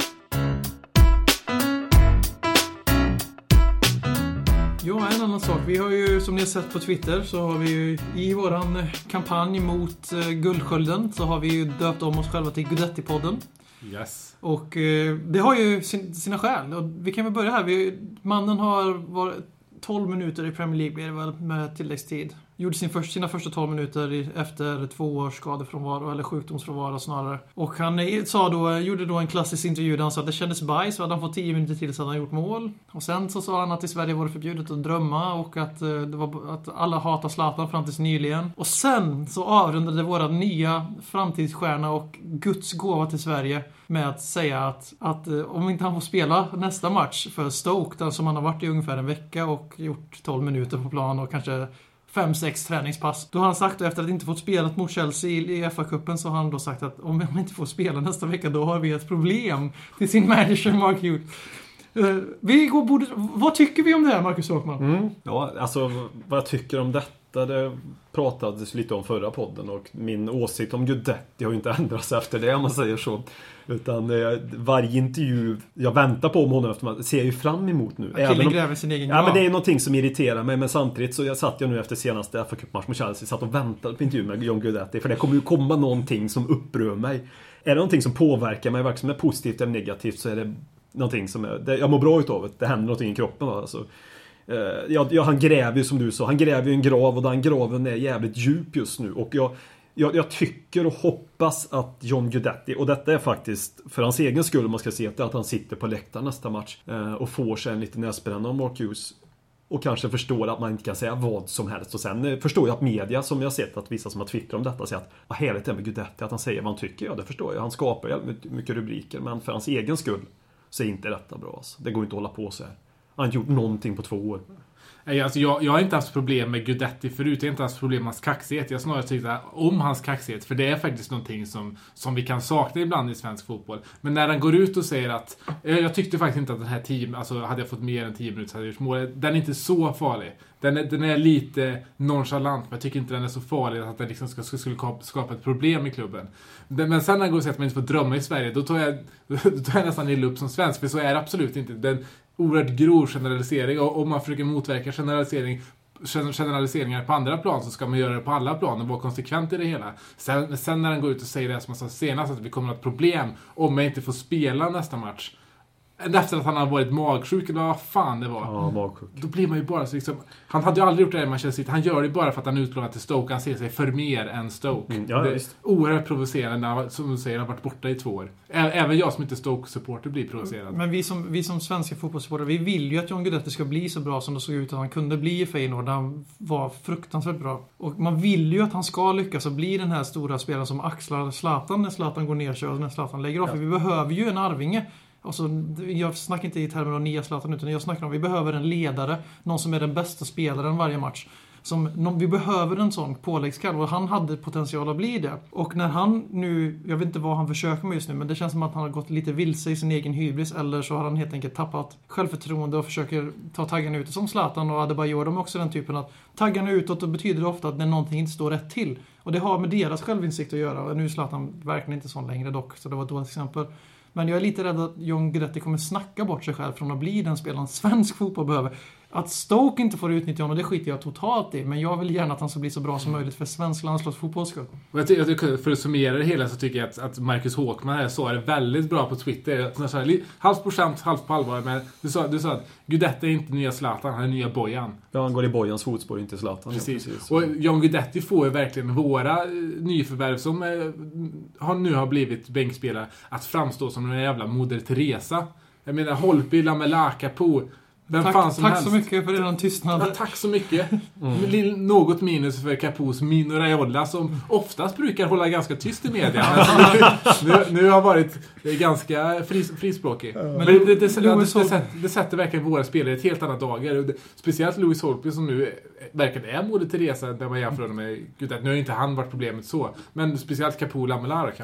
Ja, en annan sak. Vi har ju, som ni har sett på Twitter, så har vi ju i våran kampanj mot eh, Guldskölden så har vi ju döpt om oss själva till Gudetti-podden. Yes. Och eh, det har ju sin, sina skäl. Och vi kan väl börja här. Vi, mannen har varit tolv minuter i Premier League blir det väl med tilläggstid. Gjorde sin först, sina första tolv minuter i, efter två års skadefrånvaro eller sjukdomsfrånvaro snarare. Och han sa då, gjorde då en klassisk intervju där han sa att det kändes bajs. Så hade han fått tio minuter till så hade han gjort mål. Och sen så sa han att i Sverige var det förbjudet att drömma och att, eh, det var, att alla hatar Zlatan fram tills nyligen. Och sen så avrundade våra nya framtidsstjärna och Guds gåva till Sverige med att säga att, att eh, om inte han får spela nästa match för Stoke, där som han har varit i ungefär en vecka och gjort tolv minuter på plan och kanske fem sex träningspass. Då har han sagt, efter att inte fått spela mot Chelsea i F A-cupen, så har han då sagt att om man inte får spela nästa vecka, då har vi ett problem till sin manager Mark Hughes. Uh, vi går borde, vad tycker vi om det här, Marcus Håkman? Mm. Ja, alltså vad jag tycker om detta, det pratades lite om förra podden, och min åsikt om Gudetti har ju inte ändrats efter det, om man säger så. Utan eh, varje intervju jag väntar på om honom efter man ser jag ju fram emot nu. Killen gräver sin egen grav. Ja, men det är någonting som irriterar mig, men samtidigt så jag satt jag nu efter senaste F A-cupmatch mot Chelsea, satt och väntade på intervju med John Gudetti, för det kommer ju komma någonting som upprör mig. Är det någonting som påverkar mig, varken som är positivt eller negativt, så är det någonting som är, det, jag mår bra utav det. Det händer någonting i kroppen, alltså. Uh, ja, ja, han gräver ju, som du sa, han gräver ju en grav, och den graven är jävligt djup just nu. Och jag, jag, jag tycker och hoppas att John Gudetti, och detta är faktiskt för hans egen skull, man ska se att han sitter på läktaren nästa match uh, och får sig en liten näsbränna om Mark Hughes, och kanske förstår att man inte kan säga vad som helst. Och sen uh, förstår jag att media, som jag har sett att vissa som har twittrat om detta, säger att vad härligt det är med Gudetti, att han säger vad han tycker. Ja, det förstår jag. Han skapar ju mycket rubriker, men för hans egen skull så är inte detta bra. Alltså. Det går inte att hålla på så här. Han har inte gjort någonting på två år. Alltså jag, jag har inte haft problem med Gudetti förut. Jag har inte haft problem med hans kaxighet. Jag har snarare tyckt om hans kaxighet. För det är faktiskt någonting som, som vi kan sakna ibland i svensk fotboll. Men när han går ut och säger att jag tyckte faktiskt inte att den här tio, alltså hade jag fått mer än tio minuter så hade jag gjort mål. Den är inte så farlig. Den är, den är lite nonchalant, men jag tycker inte den är så farlig att den liksom ska, skulle skapa ett problem i klubben. Men sen när han går och säger att man inte får drömma i Sverige, då tar jag, då tar jag nästan illa upp som svensk. För så är det absolut inte. Den oerhört grov generalisering, och om man försöker motverka generalisering generaliseringar på andra plan, så ska man göra det på alla plan och vara konsekvent i det hela. Sen, sen när han går ut och säger det som jag sa senast, att vi kommer att ha ett problem om man inte får spela nästa match efter att han har varit magsjuk eller vad fan det var. Ja, magsjuk. Då blir man ju bara så liksom, han hade ju aldrig gjort det här i Manchester City. Han gör det bara för att han utlånat till Stoke. Han ser sig för mer än Stoke. Mm, ja, det är visst. oerhört provocerande när han, som du säger, har varit borta i två år. Även jag som inte Stoke-supporter blir provocerad. Men vi som, vi som svenska fotbollssupporter, vi vill ju att John Gudetti ska bli så bra som det såg ut att han kunde bli i Feyenoord. Han var fruktansvärt bra. Och man vill ju att han ska lyckas och bli den här stora spelaren som axlar Zlatan när Zlatan går ner och kör, när Zlatan lägger av. Ja. För vi behöver ju en arvinge. Alltså, jag snackar inte i termer av nya Zlatan, utan jag snackar om att vi behöver en ledare, någon som är den bästa spelaren varje match. Som, någon, vi behöver en sån påläggskalv, och han hade potential att bli det. Och när han nu, jag vet inte vad han försöker med just nu, men det känns som att han har gått lite vilse i sin egen hybris, eller så har han helt enkelt tappat självförtroende och försöker ta taggarna ut. Som Zlatan och Adebayor, de är också den typen att taggarna utåt, och betyder ofta att när någonting inte står rätt till. Och det har med deras självinsikt att göra, och nu är Zlatan verkligen inte sån längre dock, så det var ett dåligt exempel. Men jag är lite rädd att John Gudetti kommer snacka bort sig själv från att bli den spelaren svensk fotboll behöver. Att Stoke inte får utnyttja honom, det skiter jag totalt i. Men jag vill gärna att han ska bli så bra som möjligt för svensk landslagsfotbolls skull. Jag tycker, jag tycker, för att summera det hela, så tycker jag att, att Marcus Håkman här så är det väldigt bra på Twitter. Halvt på skämt, halvt på allvar. Men du sa, du sa att Gudetti är inte nya Zlatan, han är nya Bojan. Ja, han går i Bojans fotspår, inte Zlatan. Precis. Ja, precis. Och John Gudetti får ju verkligen våra nyförvärv som eh, har, nu har blivit bänkspelare att framstå som en jävla moder Teresa. Jag menar, Holpi, Lamela, Capo. Vem tack fan som tack helst. så mycket för den tystnaden. Ja, tack så mycket. Mm. Något minus för Capos Mino Raiola, som oftast brukar hålla ganska tyst i media. nu, nu, nu har varit ganska fris, frispråkig. Ja. Men det, det, det, det, det, sätter, det sätter verkligen våra spelare i ett helt annat dagar. Speciellt Louis Holtby, som nu verkligen är moder Teresa, där man jämför med Gud, nu har inte han varit problemet så. Men speciellt Capo Lamela kanske.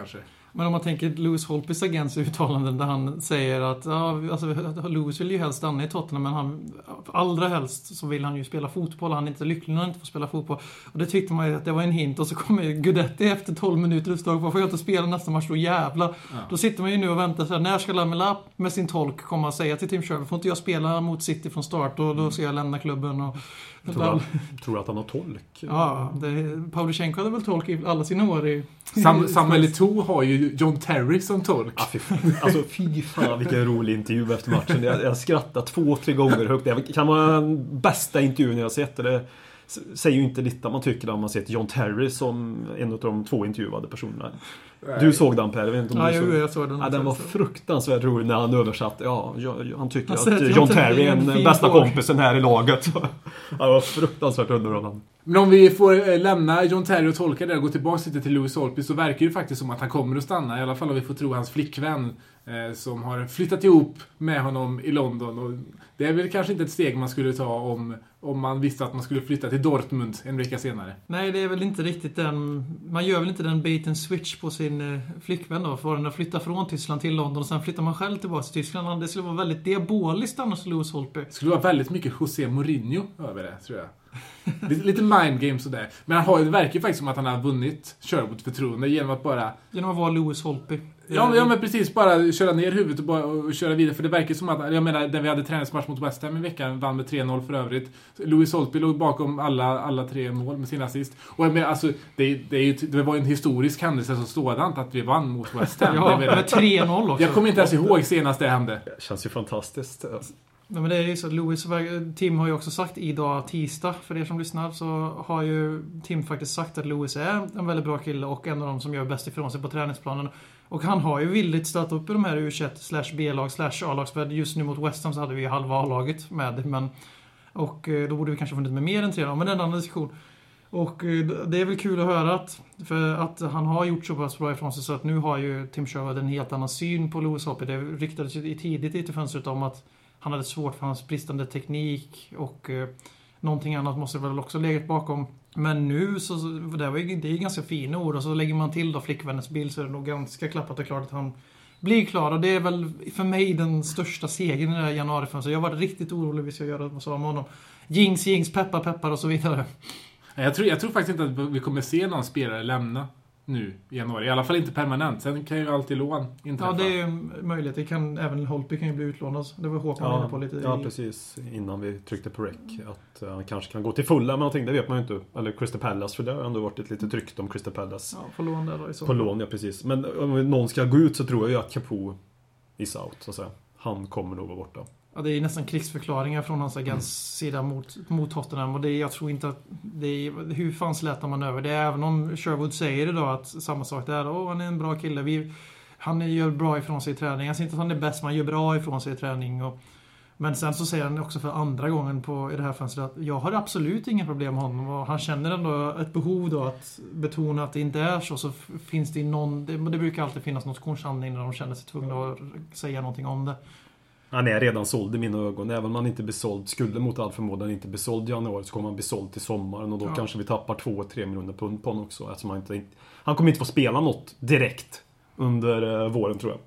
Men om man tänker Lewis Holtbys agents uttalanden där han säger att ja, alltså, Lewis vill ju helst stanna i Tottenham, men han, allra helst så vill han ju spela fotboll. Han är inte lycklig när han inte får spela fotboll. Och det tyckte man ju att det var en hint. Och så kommer ju Gudetti efter tolv minuter utslag. Varför får jag inte spela nästa match då jävla? Ja. Då sitter man ju nu och väntar så här, när ska Lamela med sin tolk komma och säga till Tim Sherwood, får inte jag spela mot City från start och då ska jag lämna klubben. Och tror, han, tror att han har tolk? Ja, det, Pavlyuchenko hade väl tolk i alla sina år i... Sam, Samuel Eto'o har ju John Terry som tolk. Ah, fy, alltså fy fan vilken rolig intervju efter matchen. Jag, jag skrattar två, tre gånger högt. Det kan vara den bästa intervjun jag har sett. Det säger ju inte lite man tycker om man sett John Terry som en av de två intervjuade personerna. Du såg den, Per, jag vet inte om ja, du jo, såg. Jag såg den. Ja, den var fruktansvärt rolig när han översatte. Ja, han tycker alltså, att John Terry är den bästa år. kompisen här i laget. Ja, det var fruktansvärt underhållande. Men om vi får lämna John Terry och tolka det och gå tillbaka lite till Lewis Holtby, så verkar det faktiskt som att han kommer att stanna. I alla fall om vi får tro hans flickvän eh, som har flyttat ihop med honom i London. Och det är väl kanske inte ett steg man skulle ta om, om man visste att man skulle flytta till Dortmund en vecka senare. Nej, det är väl inte riktigt den... Man gör väl inte den bait and switch på sin eh, flickvän då. För att flytta från Tyskland till London och sen flyttar man själv tillbaka till Tyskland. Det skulle vara väldigt diaboliskt annars, Lewis Holtby. Det skulle vara väldigt mycket José Mourinho över det, tror jag. Lite, lite mind games och där. Men han har ju, det verkar ju faktiskt som att han har vunnit Sherwood förtroende genom att bara... Genom att vara Lewis Holtby. Ja, ja, men precis. Bara köra ner huvudet och, bara, och köra vidare. För det verkar som att, jag menar, när vi hade träningsmatch mot West Ham i veckan, vann med tre noll för övrigt. Lewis Holtby låg bakom alla, alla tre mål med sin assist. Och jag menar, alltså, det, det, är ju, det var en historisk händelse som sådant att vi vann mot West Ham. Ja, med tre noll också. Jag kommer inte ens ihåg senast det hände. Det känns ju fantastiskt. Ja, men det är ju så att Lewis, Tim har ju också sagt idag tisdag, för er som lyssnar, så har ju Tim faktiskt sagt att Lewis är en väldigt bra kille och en av dem som gör bäst ifrån sig på träningsplanen. Och han har ju villigt ställt upp i de här U tjugoett slash B-lag slash A-lag. För just nu mot West Ham så hade vi ju halva A-laget med. Men, och då borde vi kanske funnit med mer än tre, men det är en annan diskussion. Och det är väl kul att höra att, för att han har gjort så pass bra ifrån sig, så att nu har ju Tim Sherwood en helt annan syn på Lewis Holtby. Det ryktades ju tidigt i fönstret om att han hade svårt för hans bristande teknik och eh, någonting annat måste väl också legat bakom. Men nu så, det var ju, det är ganska fina ord, och så lägger man till då flickvännens bild, så är det nog ganska klappat och klart att han blir klar. Och det är väl för mig den största segern i det här januarifönstret. Jag var riktigt orolig vi ska göra vad sa med honom. Jinx, jinx, peppar, peppar och så vidare. Jag tror, jag tror faktiskt inte att vi kommer se någon spelare lämna nu i januari. I alla fall inte permanent. Sen kan ju alltid lån inträffa. Ja, det är ju möjligt. Det kan, även Holtby kan ju bli utlånad. Det var Håkan ja, inne på lite. Ja, precis. Innan vi tryckte på rec. Att han uh, kanske kan gå till fulla med någonting. Det vet man ju inte. Eller Crystal Palace. För det har ändå varit ett litet tryck om Crystal Palace. Ja, på lån där då i så. På lån, ja precis. Men om någon ska gå ut så tror jag ju att Capo is out, så att säga. Han kommer nog vara borta. Ja, det är nästan krigsförklaringar från hans agents mm. sida mot, mot Tottenham. Och det är, jag tror inte att det är, hur fan slätar man över det? Även om Sherwood säger idag att samma sak där. Åh, han är en bra kille. Vi, han gör bra ifrån sig i träning. Jag säger inte att han är bäst, men han gör bra ifrån sig i träning. Och, men sen så säger han också för andra gången på, i det här fönstret att jag har absolut inga problem med honom. Och han känner ändå ett behov då att betona att det inte är så. Så finns det någon, det, det brukar alltid finnas något korsanledning när de känner sig tvungna att säga någonting om det. Han är redan såld i mina ögon. Även om han inte blir såld, skulle mot all förmodan inte bli såld i januari, så kommer han bli såld till sommaren. Och då ja. kanske vi tappar två tre miljoner pund på honom också. Eftersom han, inte, han kommer inte få spela något direkt under uh, våren, tror jag.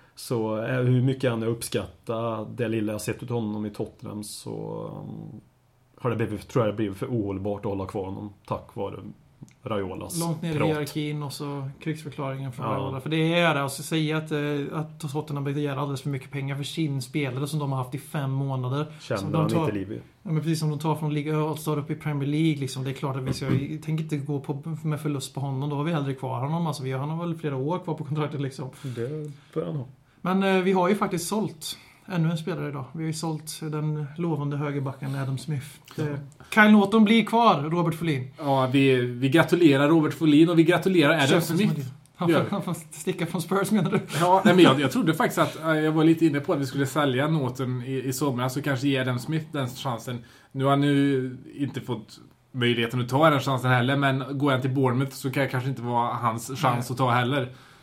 Så uh, hur mycket han är uppskatta det lilla jag sett ut honom i Tottenham, så um, har det blivit, tror jag det blivit för ohållbart att hålla kvar honom tack vare Raiolas långt ner prat. I hierarkin och så krigsförklaringen från ja. Raiola. För det är det, alltså säga att, att Tottenham begär alldeles för mycket pengar för sin spelare som de har haft i fem månader. Känner han tar, inte liv i. Ja, men precis som de tar från Liga All-Star upp i Premier League liksom. Det är klart att vi ska, jag tänker inte gå på, med förlust på honom. Då har vi hellre kvar honom. Alltså, vi har, han har väl flera år kvar på kontraktet liksom. Det bör han ha. Men eh, vi har ju faktiskt sålt ännu en spelare idag. Vi har ju sålt den lovande högerbacken Adam Smith. Det, Kyle Norton blir kvar, Robert Folin. Ja, vi, vi gratulerar Robert Folin och vi gratulerar Adam Köp Smith. Han får, han får sticka från Spurs, menar du? Ja, nej, men jag, jag trodde faktiskt att jag var lite inne på att vi skulle sälja Norton i, i sommar, så kanske ge Adam Smith den chansen. Nu har han nu inte fått möjligheten att ta den chansen heller, men går han till Bournemouth så kan det kanske inte vara hans chans nej. att ta heller.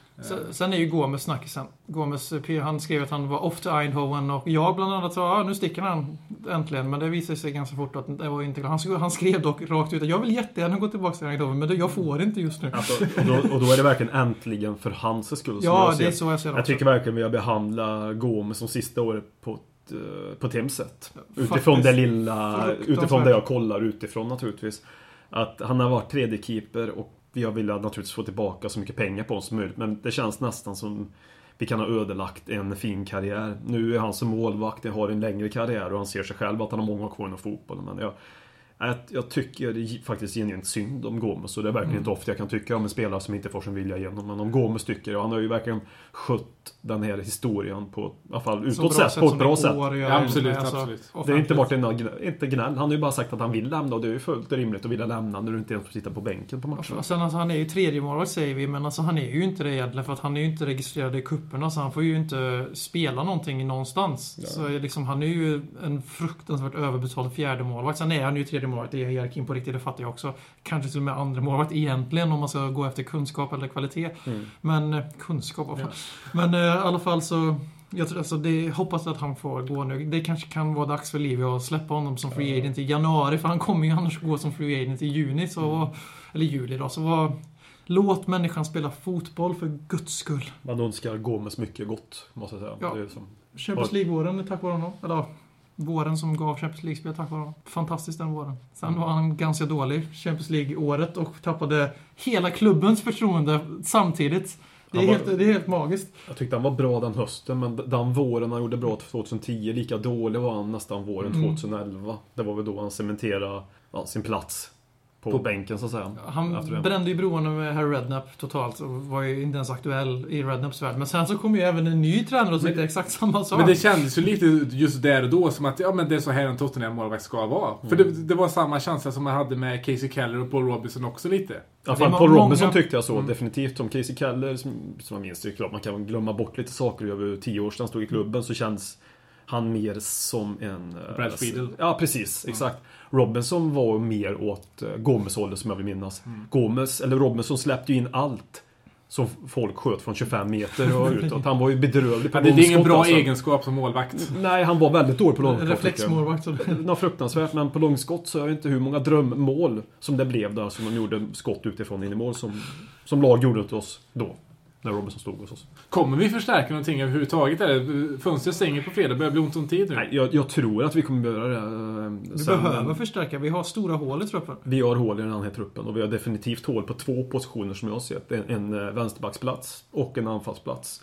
Sen är ju Gomes snackisen. Gomes, han skrev att han var off to Eindhoven och jag bland annat sa, ja nu sticker han äntligen. Men det visade sig ganska fort att det var inte. Han, han skrev dock rakt ut att jag vill jättegärna gå tillbaka till Eindhoven, men det, jag får inte just nu. Alltså, och, då, och då är det verkligen äntligen för hans skull. Ja, det är så jag ser det. Jag tycker verkligen vi har behandlat Gomes som sista året på på ett hemsätt. Utifrån Faktiskt, det lilla, utifrån det jag kollar utifrån naturligtvis. Att han har varit tredje keeper och vi har velat naturligtvis få tillbaka så mycket pengar på oss som möjligt. Men det känns nästan som vi kan ha ödelagt en fin karriär. Nu är han som målvakt, har en längre karriär och han ser sig själv att han har många kvar inom fotbollen. Men jag, jag, jag tycker det är faktiskt genuint synd om Gomes. Och det är verkligen mm. inte ofta jag kan tycka om en spelare som inte får sin vilja igenom. Men om Gomes tycker jag, han har ju verkligen skött den här historien på, i alla fall utåt sett, på ett bra sätt. Ja, absolut, alltså, absolut. Det är inte bara inte gnäll. Han har ju bara sagt att han vill lämna och det är ju fullt rimligt att vilja lämna när du inte ens får sitta på bänken på matchen. Och sen, alltså, han är ju tredje målvakt säger vi, men alltså, han är ju inte det egentligen för att han är ju inte registrerad i kupperna så han får ju inte spela någonting någonstans. Ja. Så liksom, han är ju en fruktansvärt överbetald fjärde målvakt. Sen är han ju tredje målvakt, det är hierarkin på riktigt, det fattar jag också. Kanske till och med andra målvakt egentligen om man ska gå efter kunskap eller kvalitet. Mm. Men kunskap, vad fan. Ja. Men i alla fall så jag tror, alltså, det, hoppas att han får gå nu. Det kanske kan vara dags för Livio att släppa honom som free agent i januari. För han kommer ju annars gå som free agent i juni. Så, mm. Eller juli då. Så var, låt människan spela fotboll för Guds skull. Man önskar Gomes mycket gott, måste jag säga. Ja. Det är som... Champions League-våren tack vare honom. Eller våren som gav Champions League-spel tack vare honom. Fantastiskt den våren. Sen var han ganska dålig Champions League-året och tappade hela klubbens förtroende samtidigt. Det är, var, helt, det är helt magiskt. Jag tyckte han var bra den hösten, men den våren han gjorde bra tjugohundratio, lika dålig var han nästan våren mm. tjugoelva. Det var väl då han cementerade ja, sin plats på, på bänken så att säga. Han brände ju broarna med Harry Redknapp totalt och var ju inte ens aktuell i Redknapps värld. Men sen så kom ju även en ny tränare och tyckte exakt samma sak. Men det kändes ju lite just där och då som att ja, men det är så här en Tottenham målvakt ska vara. Mm. För det, det var samma känsla som man hade med Casey Keller och Paul Robinson också lite. Ja, fan, Paul många... Robinson tyckte jag så mm. definitivt som Casey Keller som, som jag minns det är klart man kan glömma bort lite saker över tio år sedan han stod i klubben så känns han mer som en... Brad Friedel. Ja, precis. Mm. Exakt. Robinson var mer åt Gomes-hållet som jag vill minnas. Mm. Gomes, eller Robinson släppte ju in allt som folk sköt från tjugofem meter och utåt. Han var ju bedrövlig på ja, det är ingen bra alltså. Egenskap som målvakt. Nej, han var väldigt dålig på långskott. Reflexmålvakt. Något fruktansvärt, men på långskott så är det inte hur många drömmål som det blev där som de gjorde skott utifrån in i mål som, som lag gjorde till oss då. När Robinson stod hos oss. Kommer vi förstärka någonting överhuvudtaget? Eller fönstret stänger på fredag? Börjar bli ont om tid nu? Nej, jag, jag tror att vi kommer göra det. Vi Sen, behöver förstärka. Vi har stora hål i truppen. Vi har hål i den här truppen. Och vi har definitivt hål på två positioner som jag har sett. En, en vänsterbacksplats och en anfallsplats.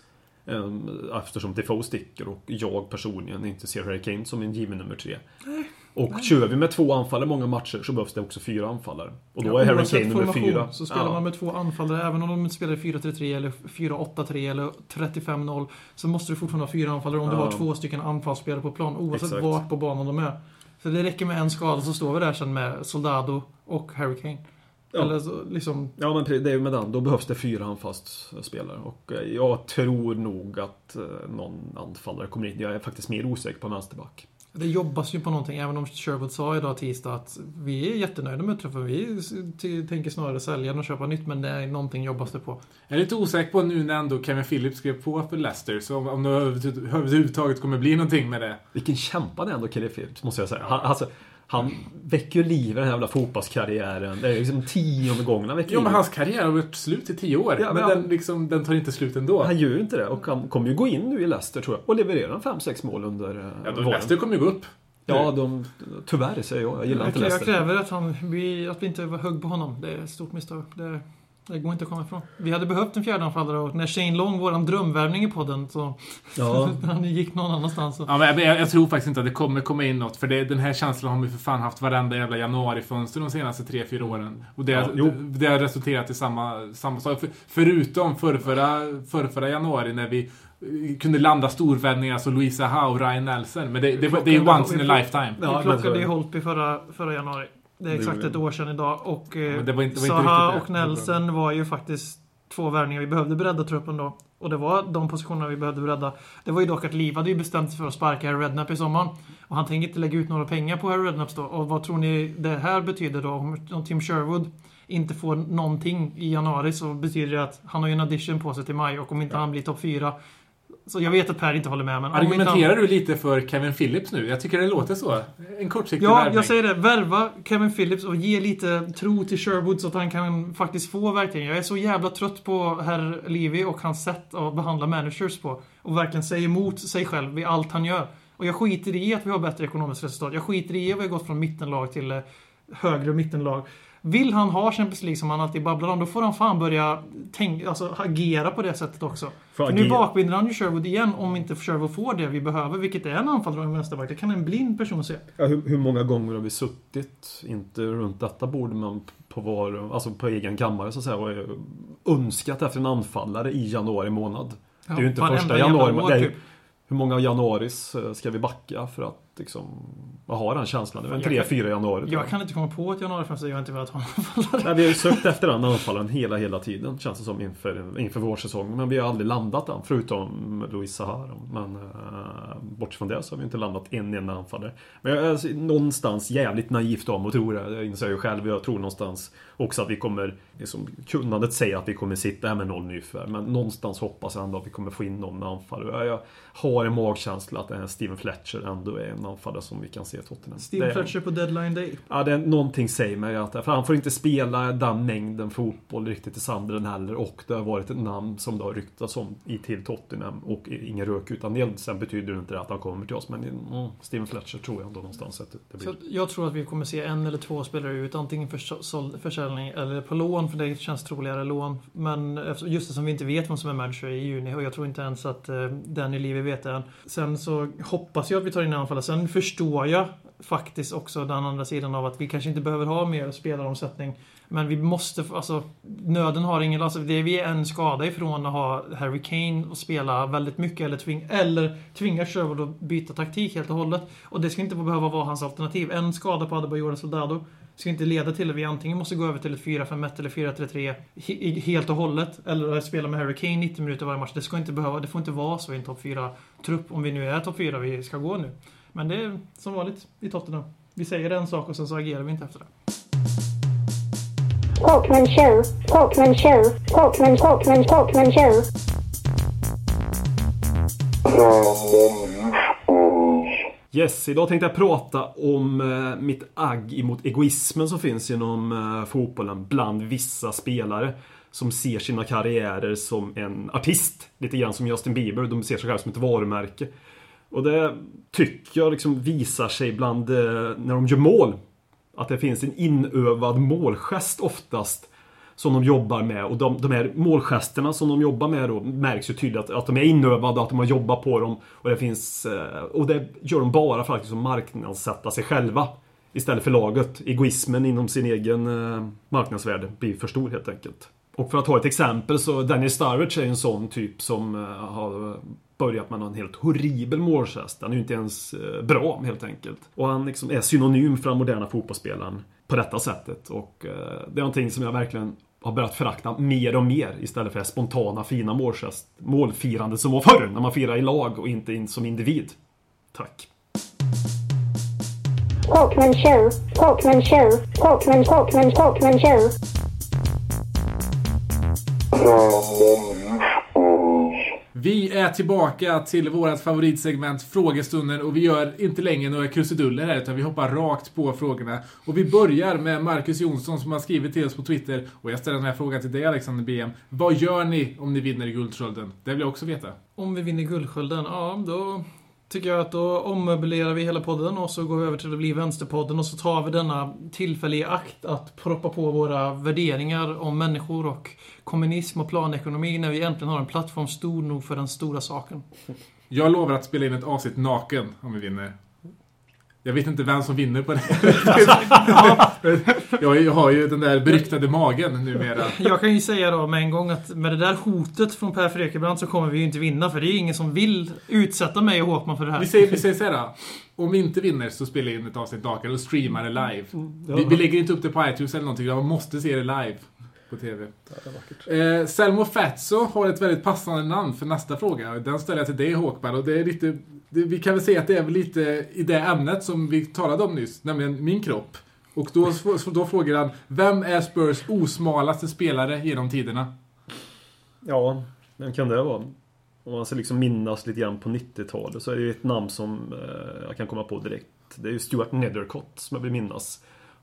Eftersom Defoe sticker och jag personligen inte ser Harry Kane som en given nummer tre. Nej. Och Nej. Kör vi med två anfallare många matcher så behövs det också fyra anfallare. Och då ja, är Harry Kane nummer fyra. Så spelar ja. man med två anfallare, även om de spelar fyra tre tre eller fyra åtta tre eller trettiofem noll så måste du fortfarande ha fyra anfallare om ja. du har två stycken anfallsspelare på plan oavsett Exakt. vart på banan de är. Så det räcker med en skada så står vi där sen med Soldado och Harry Kane. Ja. Eller så, liksom... ja, men det är ju med den. Då behövs det fyra anfallsspelare. Och jag tror nog att någon anfallare kommer in. Jag är faktiskt mer osäker på vänsterback. Det jobbas ju på någonting, även om Sherwood sa idag tisdag att vi är jättenöjda med truppen. Vi t- tänker snarare sälja och köpa nytt, men det är någonting jobbas det på. Jag är lite osäker på nu när ändå Kevin Phillips skrev på för Leicester, så om, om det överhuvudtaget kommer bli någonting med det. Vilken kämpade ändå Kevin Phillips, måste jag säga. Han, alltså, han väcker liv i den här jävla fotbollskarriären. Det är liksom tionde gången han väcker Jo, men hans karriär har varit slut i tio år. Ja, men men han, den, liksom, den tar inte slut ändå. Han gör ju inte det. Och han kommer ju gå in nu i Leicester, tror jag. Och leverera fem sex mål under ja, då Leicester kommer ju gå upp. Ja, de, tyvärr säger jag. Jag gillar jag, inte Leicester. Jag kräver att, han, vi, att vi inte var högg på honom. Det är ett stort misstag. Det, det går inte att komma ifrån. Vi hade behövt en fjärde anfallare och när Shane Long, våran drömvärvning i podden, så ja. han gick någon annanstans. Så. Ja, men jag, jag tror faktiskt inte att det kommer komma in något. För det, den här känslan har vi för fan haft varenda jävla januarifönster de senaste tre fyra åren. Och det, ja, det, det har resulterat i samma, samma sak. För, förutom förrförra, förrförra januari när vi kunde landa storvändningar som Louisa Howe och Ryan Nelson. Men det, det, det, det är once in a lifetime. Vi ja, plockade i Holtby förra, förra januari. Det är exakt ett år sedan idag. Och ja, det var inte, det var Zaha inte och Nelson var ju faktiskt två värvningar vi behövde bredda truppen då. Och det var de positionerna vi behövde bredda. Det var ju dock att Liv hade ju bestämt sig för att sparka Harry Redknapp i sommaren. Och han tänker inte lägga ut några pengar på Harry Redknapp då. Och vad tror ni det här betyder då? Om Tim Sherwood inte får någonting i januari så betyder det att han har ju en audition på sig till maj och om inte ja. han blir topp fyra. Så jag vet att Per inte håller med. Men argumenterar han... du lite för Kevin Phillips nu? Jag tycker det låter så. En kortsiktig Ja, värvning. jag säger det. Värva Kevin Phillips och ge lite tro till Sherwood så att han kan faktiskt få verkligen. Jag är så jävla trött på herr Levy och hans sätt att behandla managers på. Och verkligen säga emot sig själv i allt han gör. Och jag skiter i att vi har bättre ekonomiskt resultat. Jag skiter i att vi har gått från mittenlag till eh, högre mittenlag. Vill han ha Champions League som han alltid babblar om, då får han fan börja tänka, alltså, agera på det sättet också. För, För nu bakbinder han ju Sherwood igen om inte Sherwood får det vi behöver, vilket är en anfallare och en vänsterback. Det kan en blind person se. Ja, hur, hur många gånger har vi suttit, inte runt detta bord, men på, var, alltså på egen kammare så att säga, och önskat efter en anfallare i januari månad. Ja, det är ju inte första januari. År, är, hur många januaris ska vi backa för att liksom, vad har den känslan? Det är en tre fyra januari. Jag kan inte komma på ett januari för att jag inte velat ha en anfallare. Nej, vi har ju sökt efter den anfallaren hela, hela tiden, känns det som, inför, inför vår säsong. Men vi har aldrig landat den, förutom Luis Sahar. Men äh, bort från det så har vi inte landat en enda anfallare. Men jag är alltså, någonstans jävligt naivt om och tror det. Jag inser ju själv, jag tror någonstans också att vi kommer, liksom, kunnandet säger att vi kommer sitta här med noll nyförvärv. Men någonstans hoppas jag ändå att vi kommer få in någon anfallare. Jag har en magkänsla att det här Steven Fletcher ändå är en anfallare som vi kan se i Tottenham. Steven Fletcher på deadline day. Ja, det är någonting säger mig att för han får inte spela den mängden fotboll riktigt i Sandren heller, och det har varit ett namn som det har ryktats om i till Tottenham och ingen rök utan eld. Sen betyder det inte att han kommer till oss, men mm, Steven Fletcher tror jag ändå någonstans att det blir. Så jag tror att vi kommer se en eller två spelare ut, antingen för försäljning eller på lån, för det känns troligare lån. Men just det som vi inte vet vad som är manager i juni, och jag tror inte ens att uh, Danny Levy vet det än. Sen så hoppas jag att vi tar in anfallare. Sen förstår jag faktiskt också den andra sidan av att vi kanske inte behöver ha mer spelaromsättning, men vi måste, alltså nöden har ingen, alltså det är vi en skada ifrån att ha Harry Kane och spela väldigt mycket eller tving, eller tvinga Sherwood att byta taktik helt och hållet, och det ska inte behöva vara hans alternativ. En skada på Adebayor och Soldado ska inte leda till att vi antingen måste gå över till ett fyra fem ett eller fyra tre tre helt och hållet, eller spela med Harry Kane nittio minuter varje match. Det ska inte behöva, det får inte vara så i en topp fyra trupp, om vi nu är topp fyra vi ska gå nu. Men det är som vanligt i Tottenham. Vi säger en sak och sen så agerar vi inte efter det. Talkman show, Talkman show, Talkman, Talkman, Talkman show. Yes, idag tänkte jag prata om eh, mitt agg emot egoismen som finns inom eh, fotbollen bland vissa spelare som ser sina karriärer som en artist, lite grann som Justin Bieber. De ser sig själva som ett varumärke. Och det tycker jag liksom visar sig bland eh, när de gör mål. Att det finns en inövad målgest oftast som de jobbar med. Och de, de här målgesterna som de jobbar med då märks ju tydligt att, att de är inövade, att de har jobbat på dem. Och det finns eh, och det gör de bara för att liksom marknadssätta sig själva istället för laget. Egoismen inom sin egen eh, marknadsvärde blir för stor helt enkelt. Och för att ta ett exempel så Daniel Sturridge är en sån typ som eh, har börjat med en helt horribel målgest. Han är ju inte ens eh, bra helt enkelt. Och han liksom är synonym för den moderna fotbollsspelaren på detta sättet. Och eh, det är någonting som jag verkligen har börjat förakta mer och mer istället för spontana fina målgest, målfirande som var förr när man firar i lag och inte in som individ. Tack. Talkman show, Talkman show, Talkman, Talkman, Talkman show. Vi är tillbaka till vårt favoritsegment Frågestunden, och vi gör inte längre några krusiduller här utan vi hoppar rakt på frågorna. Och vi börjar med Marcus Jonsson som har skrivit till oss på Twitter, och jag ställer den här frågan till dig Alexander B M. Vad gör ni om ni vinner Guldskölden? Det vill jag också veta. Om vi vinner Guldskölden, ja då tycker jag att då ommöblerar vi hela podden och så går vi över till att bli Vänsterpodden och så tar vi denna tillfälliga akt att proppa på våra värderingar om människor och kommunism och planekonomi när vi äntligen har en plattform stor nog för den stora saken. Jag lovar att spela in ett avsnitt naken om vi vinner. Jag vet inte vem som vinner på det. Jag har ju den där beryktade magen numera. Jag kan ju säga då med en gång att med det där hotet från Per Frekebrand så kommer vi ju inte vinna. För det är ju ingen som vill utsätta mig och Håkman för det här. Vi säger, vi säger så här då. Om vi inte vinner så spelar jag in ett avsnitt naken och streamar det live. Vi, vi lägger inte upp det på iTunes eller någonting. Man måste se det live på tv. Eh, Selmo Fatso har ett väldigt passande namn för nästa fråga. Den ställer jag till dig Håkman. Och det är lite... Det, vi kan väl säga att det är väl lite i det ämnet som vi talade om nyss, nämligen min kropp. Och då, då frågar han, vem är Spurs osmalaste spelare genom tiderna? Ja, vem kan det vara? Om man ska liksom minnas lite grann på nittiotalet så är det ett namn som eh, jag kan komma på direkt. Det är ju Stuart Nethercott som jag vill minnas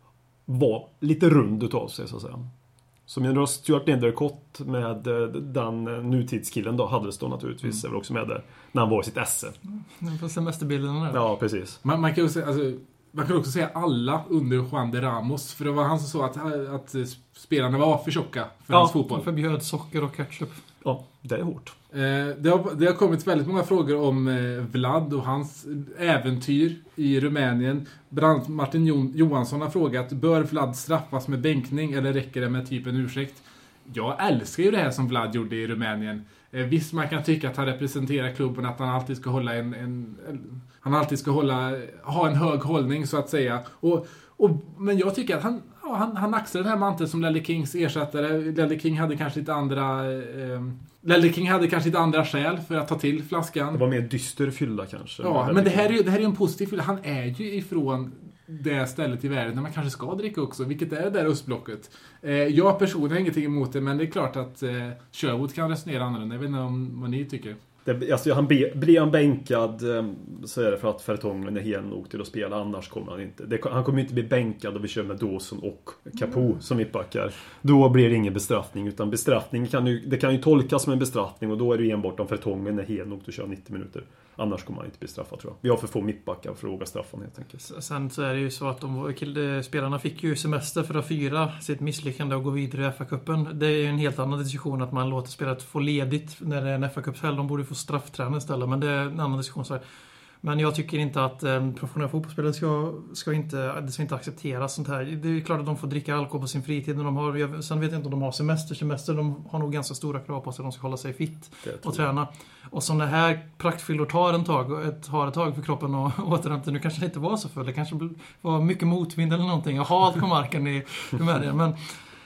var lite rund utav sig så att säga. Som jag drar Stuart Nethercott med den nutidskillen då, Huddleston naturligtvis, mm. är väl också med där när han var i sitt esse. Mm, på semesterbilderna där. Ja, precis. Man, man kan ju säga, alltså, man kan också säga alla under Juan de Ramos, för det var han som sa att, att spelarna var för tjocka för ja, hans fotboll. Förbjöd socker och ketchup. Ja, det är hårt. Eh, det, har, det har kommit väldigt många frågor om eh, Vlad och hans äventyr i Rumänien. Bland annat Martin jo- Johansson har frågat, bör Vlad straffas med bänkning eller räcker det med typ en ursäkt? Jag älskar ju det här som Vlad gjorde i Rumänien. Eh, visst, man kan tycka att han representerar klubben, att han alltid ska hålla en, en, en han alltid ska hålla, ha en hög hållning så att säga. Och, och, men jag tycker att han, ja, han, han axlar den här manteln som Ledley Kings ersättare. Ledley King hade kanske lite andra eh, Ledley King hade kanske lite andra skäl för att ta till flaskan. Det var mer dyster fylla kanske. Ja, men det här är ju det här är en positiv fylla. Han är ju ifrån det stället i världen där man kanske ska dricka också, vilket är det där östblocket. Eh, jag personligen har ingenting emot det, men det är klart att eh, Sherwood kan resonera annorlunda. Jag vet inte om vad ni tycker. Det, alltså, han be, blir han bänkad så är det för att Fertongen är helt nog till att spela, annars kommer han inte. Det, han kommer inte bli bänkad och vi kör med Dawson och Capo mm. som mittbackar. Då blir det ingen bestraffning, utan bestraffning kan ju, det kan ju tolkas som en bestraffning och då är det enbart om Fertongen är helt nog till att köra nittio minuter. Annars kommer han inte bli straffad, tror jag. Vi har för få mittbackar för att våga straffa helt enkelt. Sen så är det ju så att de, spelarna fick ju semester för att fira sitt misslyckande och gå vidare i F A-cupen. Det är ju en helt annan diskussion att man låter spelet få ledigt när det är en F A-cupshelg. De borde få straffträna istället, men det är en annan diskussion. Så men jag tycker inte att eh, professionella fotbollsspelare ska, ska, inte, det ska inte accepteras sånt här. Det är klart att de får dricka alkohol på sin fritid. När de har, sen vet jag inte om de har semester. Semester, de har nog ganska stora krav på sig att de ska hålla sig fit och träna. Och som det här praktfyllor tar en tag, ett, har ett tag för kroppen och återhämta. Nu kanske det inte var så full. Det kanske var mycket motvind eller någonting. Jag har allt på marken i Rumänien, men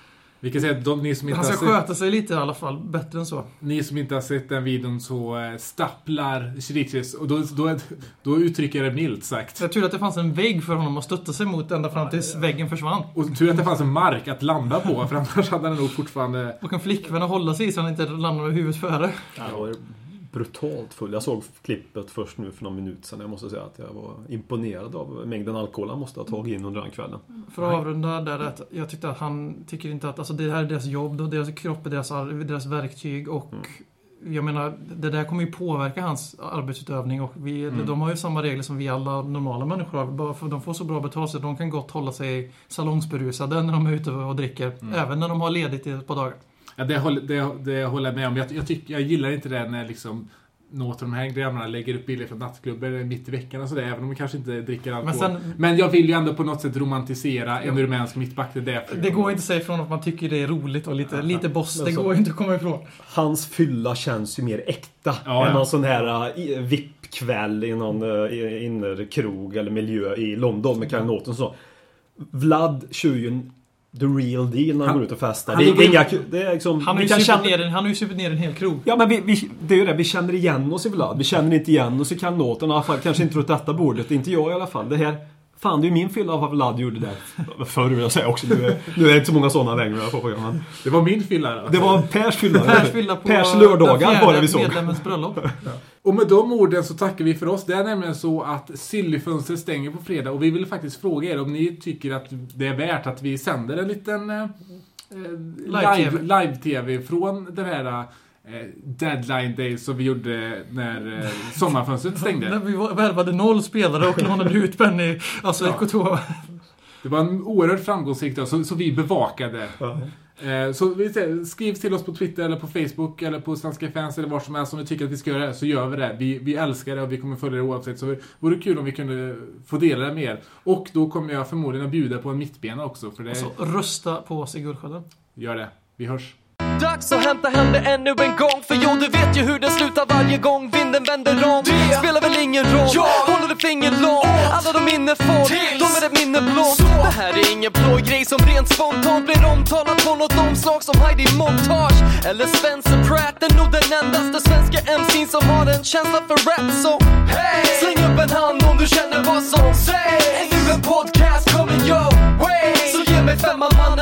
vi kan säga att de, ni som inte han ska har sett, sköta sig lite i alla fall, bättre än så. Ni som inte har sett den videon så stapplar Chiriches och då, då, då uttrycker det milt sagt. Jag tror att det fanns en vägg för honom att stötta sig mot ända fram tills väggen försvann. Och tur att det fanns en mark att landa på, för annars hade han nog fortfarande... Och en flickvän att hålla sig i så han inte landar med huvudet före. Ja, brutalt full. Jag såg klippet först nu för någon minut sedan. Jag måste säga att jag var imponerad av mängden alkohol han måste ha tagit in under den kvällen. För att avrunda där, att jag tyckte att han tycker inte att alltså det här är deras jobb och deras kropp är deras, deras verktyg och mm. jag menar, det där kommer ju påverka hans arbetsutövning och vi, mm. de har ju samma regler som vi alla normala människor har. Bara för de får så bra betalt så de kan gott hålla sig salongsberusade när de är ute och dricker. Mm. Även när de har ledigt i ett par dagar. Ja, det, håller, det, det håller jag med om. Jag, jag, tycker, jag gillar inte det när liksom något av de här grabbarna lägger upp bilder från nattklubbar mitt i veckan och sådär, även om de kanske inte dricker alkohol. Men, sen, men jag vill ju ändå på något sätt romantisera en rumänsk mittback. Det, det, det går inte att säga ifrån att man tycker det är roligt och lite, ja, lite boss. Det går inte att komma ifrån. Hans fylla känns ju mer äkta ja, än ja. någon sån här uh, V I P-kväll i någon uh, innerkrog eller miljö i London med Carnoten så. Vlad kör ju the real deal när han, han går ut och festar. Det, det är inga, det är liksom, han har ju supit känna... ner, han har ju supit ner en hel krog. Ja, men vi, vi, det är ju det. Vi känner igen oss i Vlad. Vi känner inte igen oss i Carnoten. I alla fall, kanske inte runt detta bordet. Inte jag i alla fall. Det här, fan, det är min fylla av vad Vlad gjorde där. Förr vill jag säga också. Nu är, nu är det inte så många sådana längre på programmen. Det var min fylla. Alltså. Det var Pers fylla. Pers fylla på Pers lördagar var det vi såg. Medlemmens bröllop. Ja. Och med de orden så tackar vi för oss. Det är nämligen så att Sillyfönstret stänger på fredag. Och vi vill faktiskt fråga er om ni tycker att det är värt att vi sänder en liten eh, live, live-tv från den här eh, deadline day som vi gjorde när eh, sommarfönstret stängde. När vi värvade noll spelare och lånade ut Penny, alltså ja. K två. Det var en oerhört framgångsrik då, så, så vi bevakade. Ja. Eh, så vi säger, skriv till oss på Twitter eller på Facebook eller på Svenska fans eller var som helst om vi tycker att vi ska göra det, så gör vi det. Vi, vi älskar det och vi kommer följa det oavsett, så det vore kul om vi kunde få dela det med er. Och då kommer jag förmodligen att bjuda på en mittbena också. För det... Alltså, rösta på oss i Guldskölden. Gör det. Vi hörs. Dags att hämta hem det ännu en gång. För jo, du vet ju hur det slutar varje gång vinden vänder om. Det spelar väl ingen roll, ja. Håller du finger långt, alla de minne får, de är ett minne blått. Det här är ingen blå grej som rent spontant blir omtalat på något omslag som Heidi Montage eller Spencer Pratt. Är nog den endaste svenska M C:n som har en känsla för rap. Så hey, släng upp en hand om du känner vad som sägs. Är nu en podcast coming your way. tjugofem man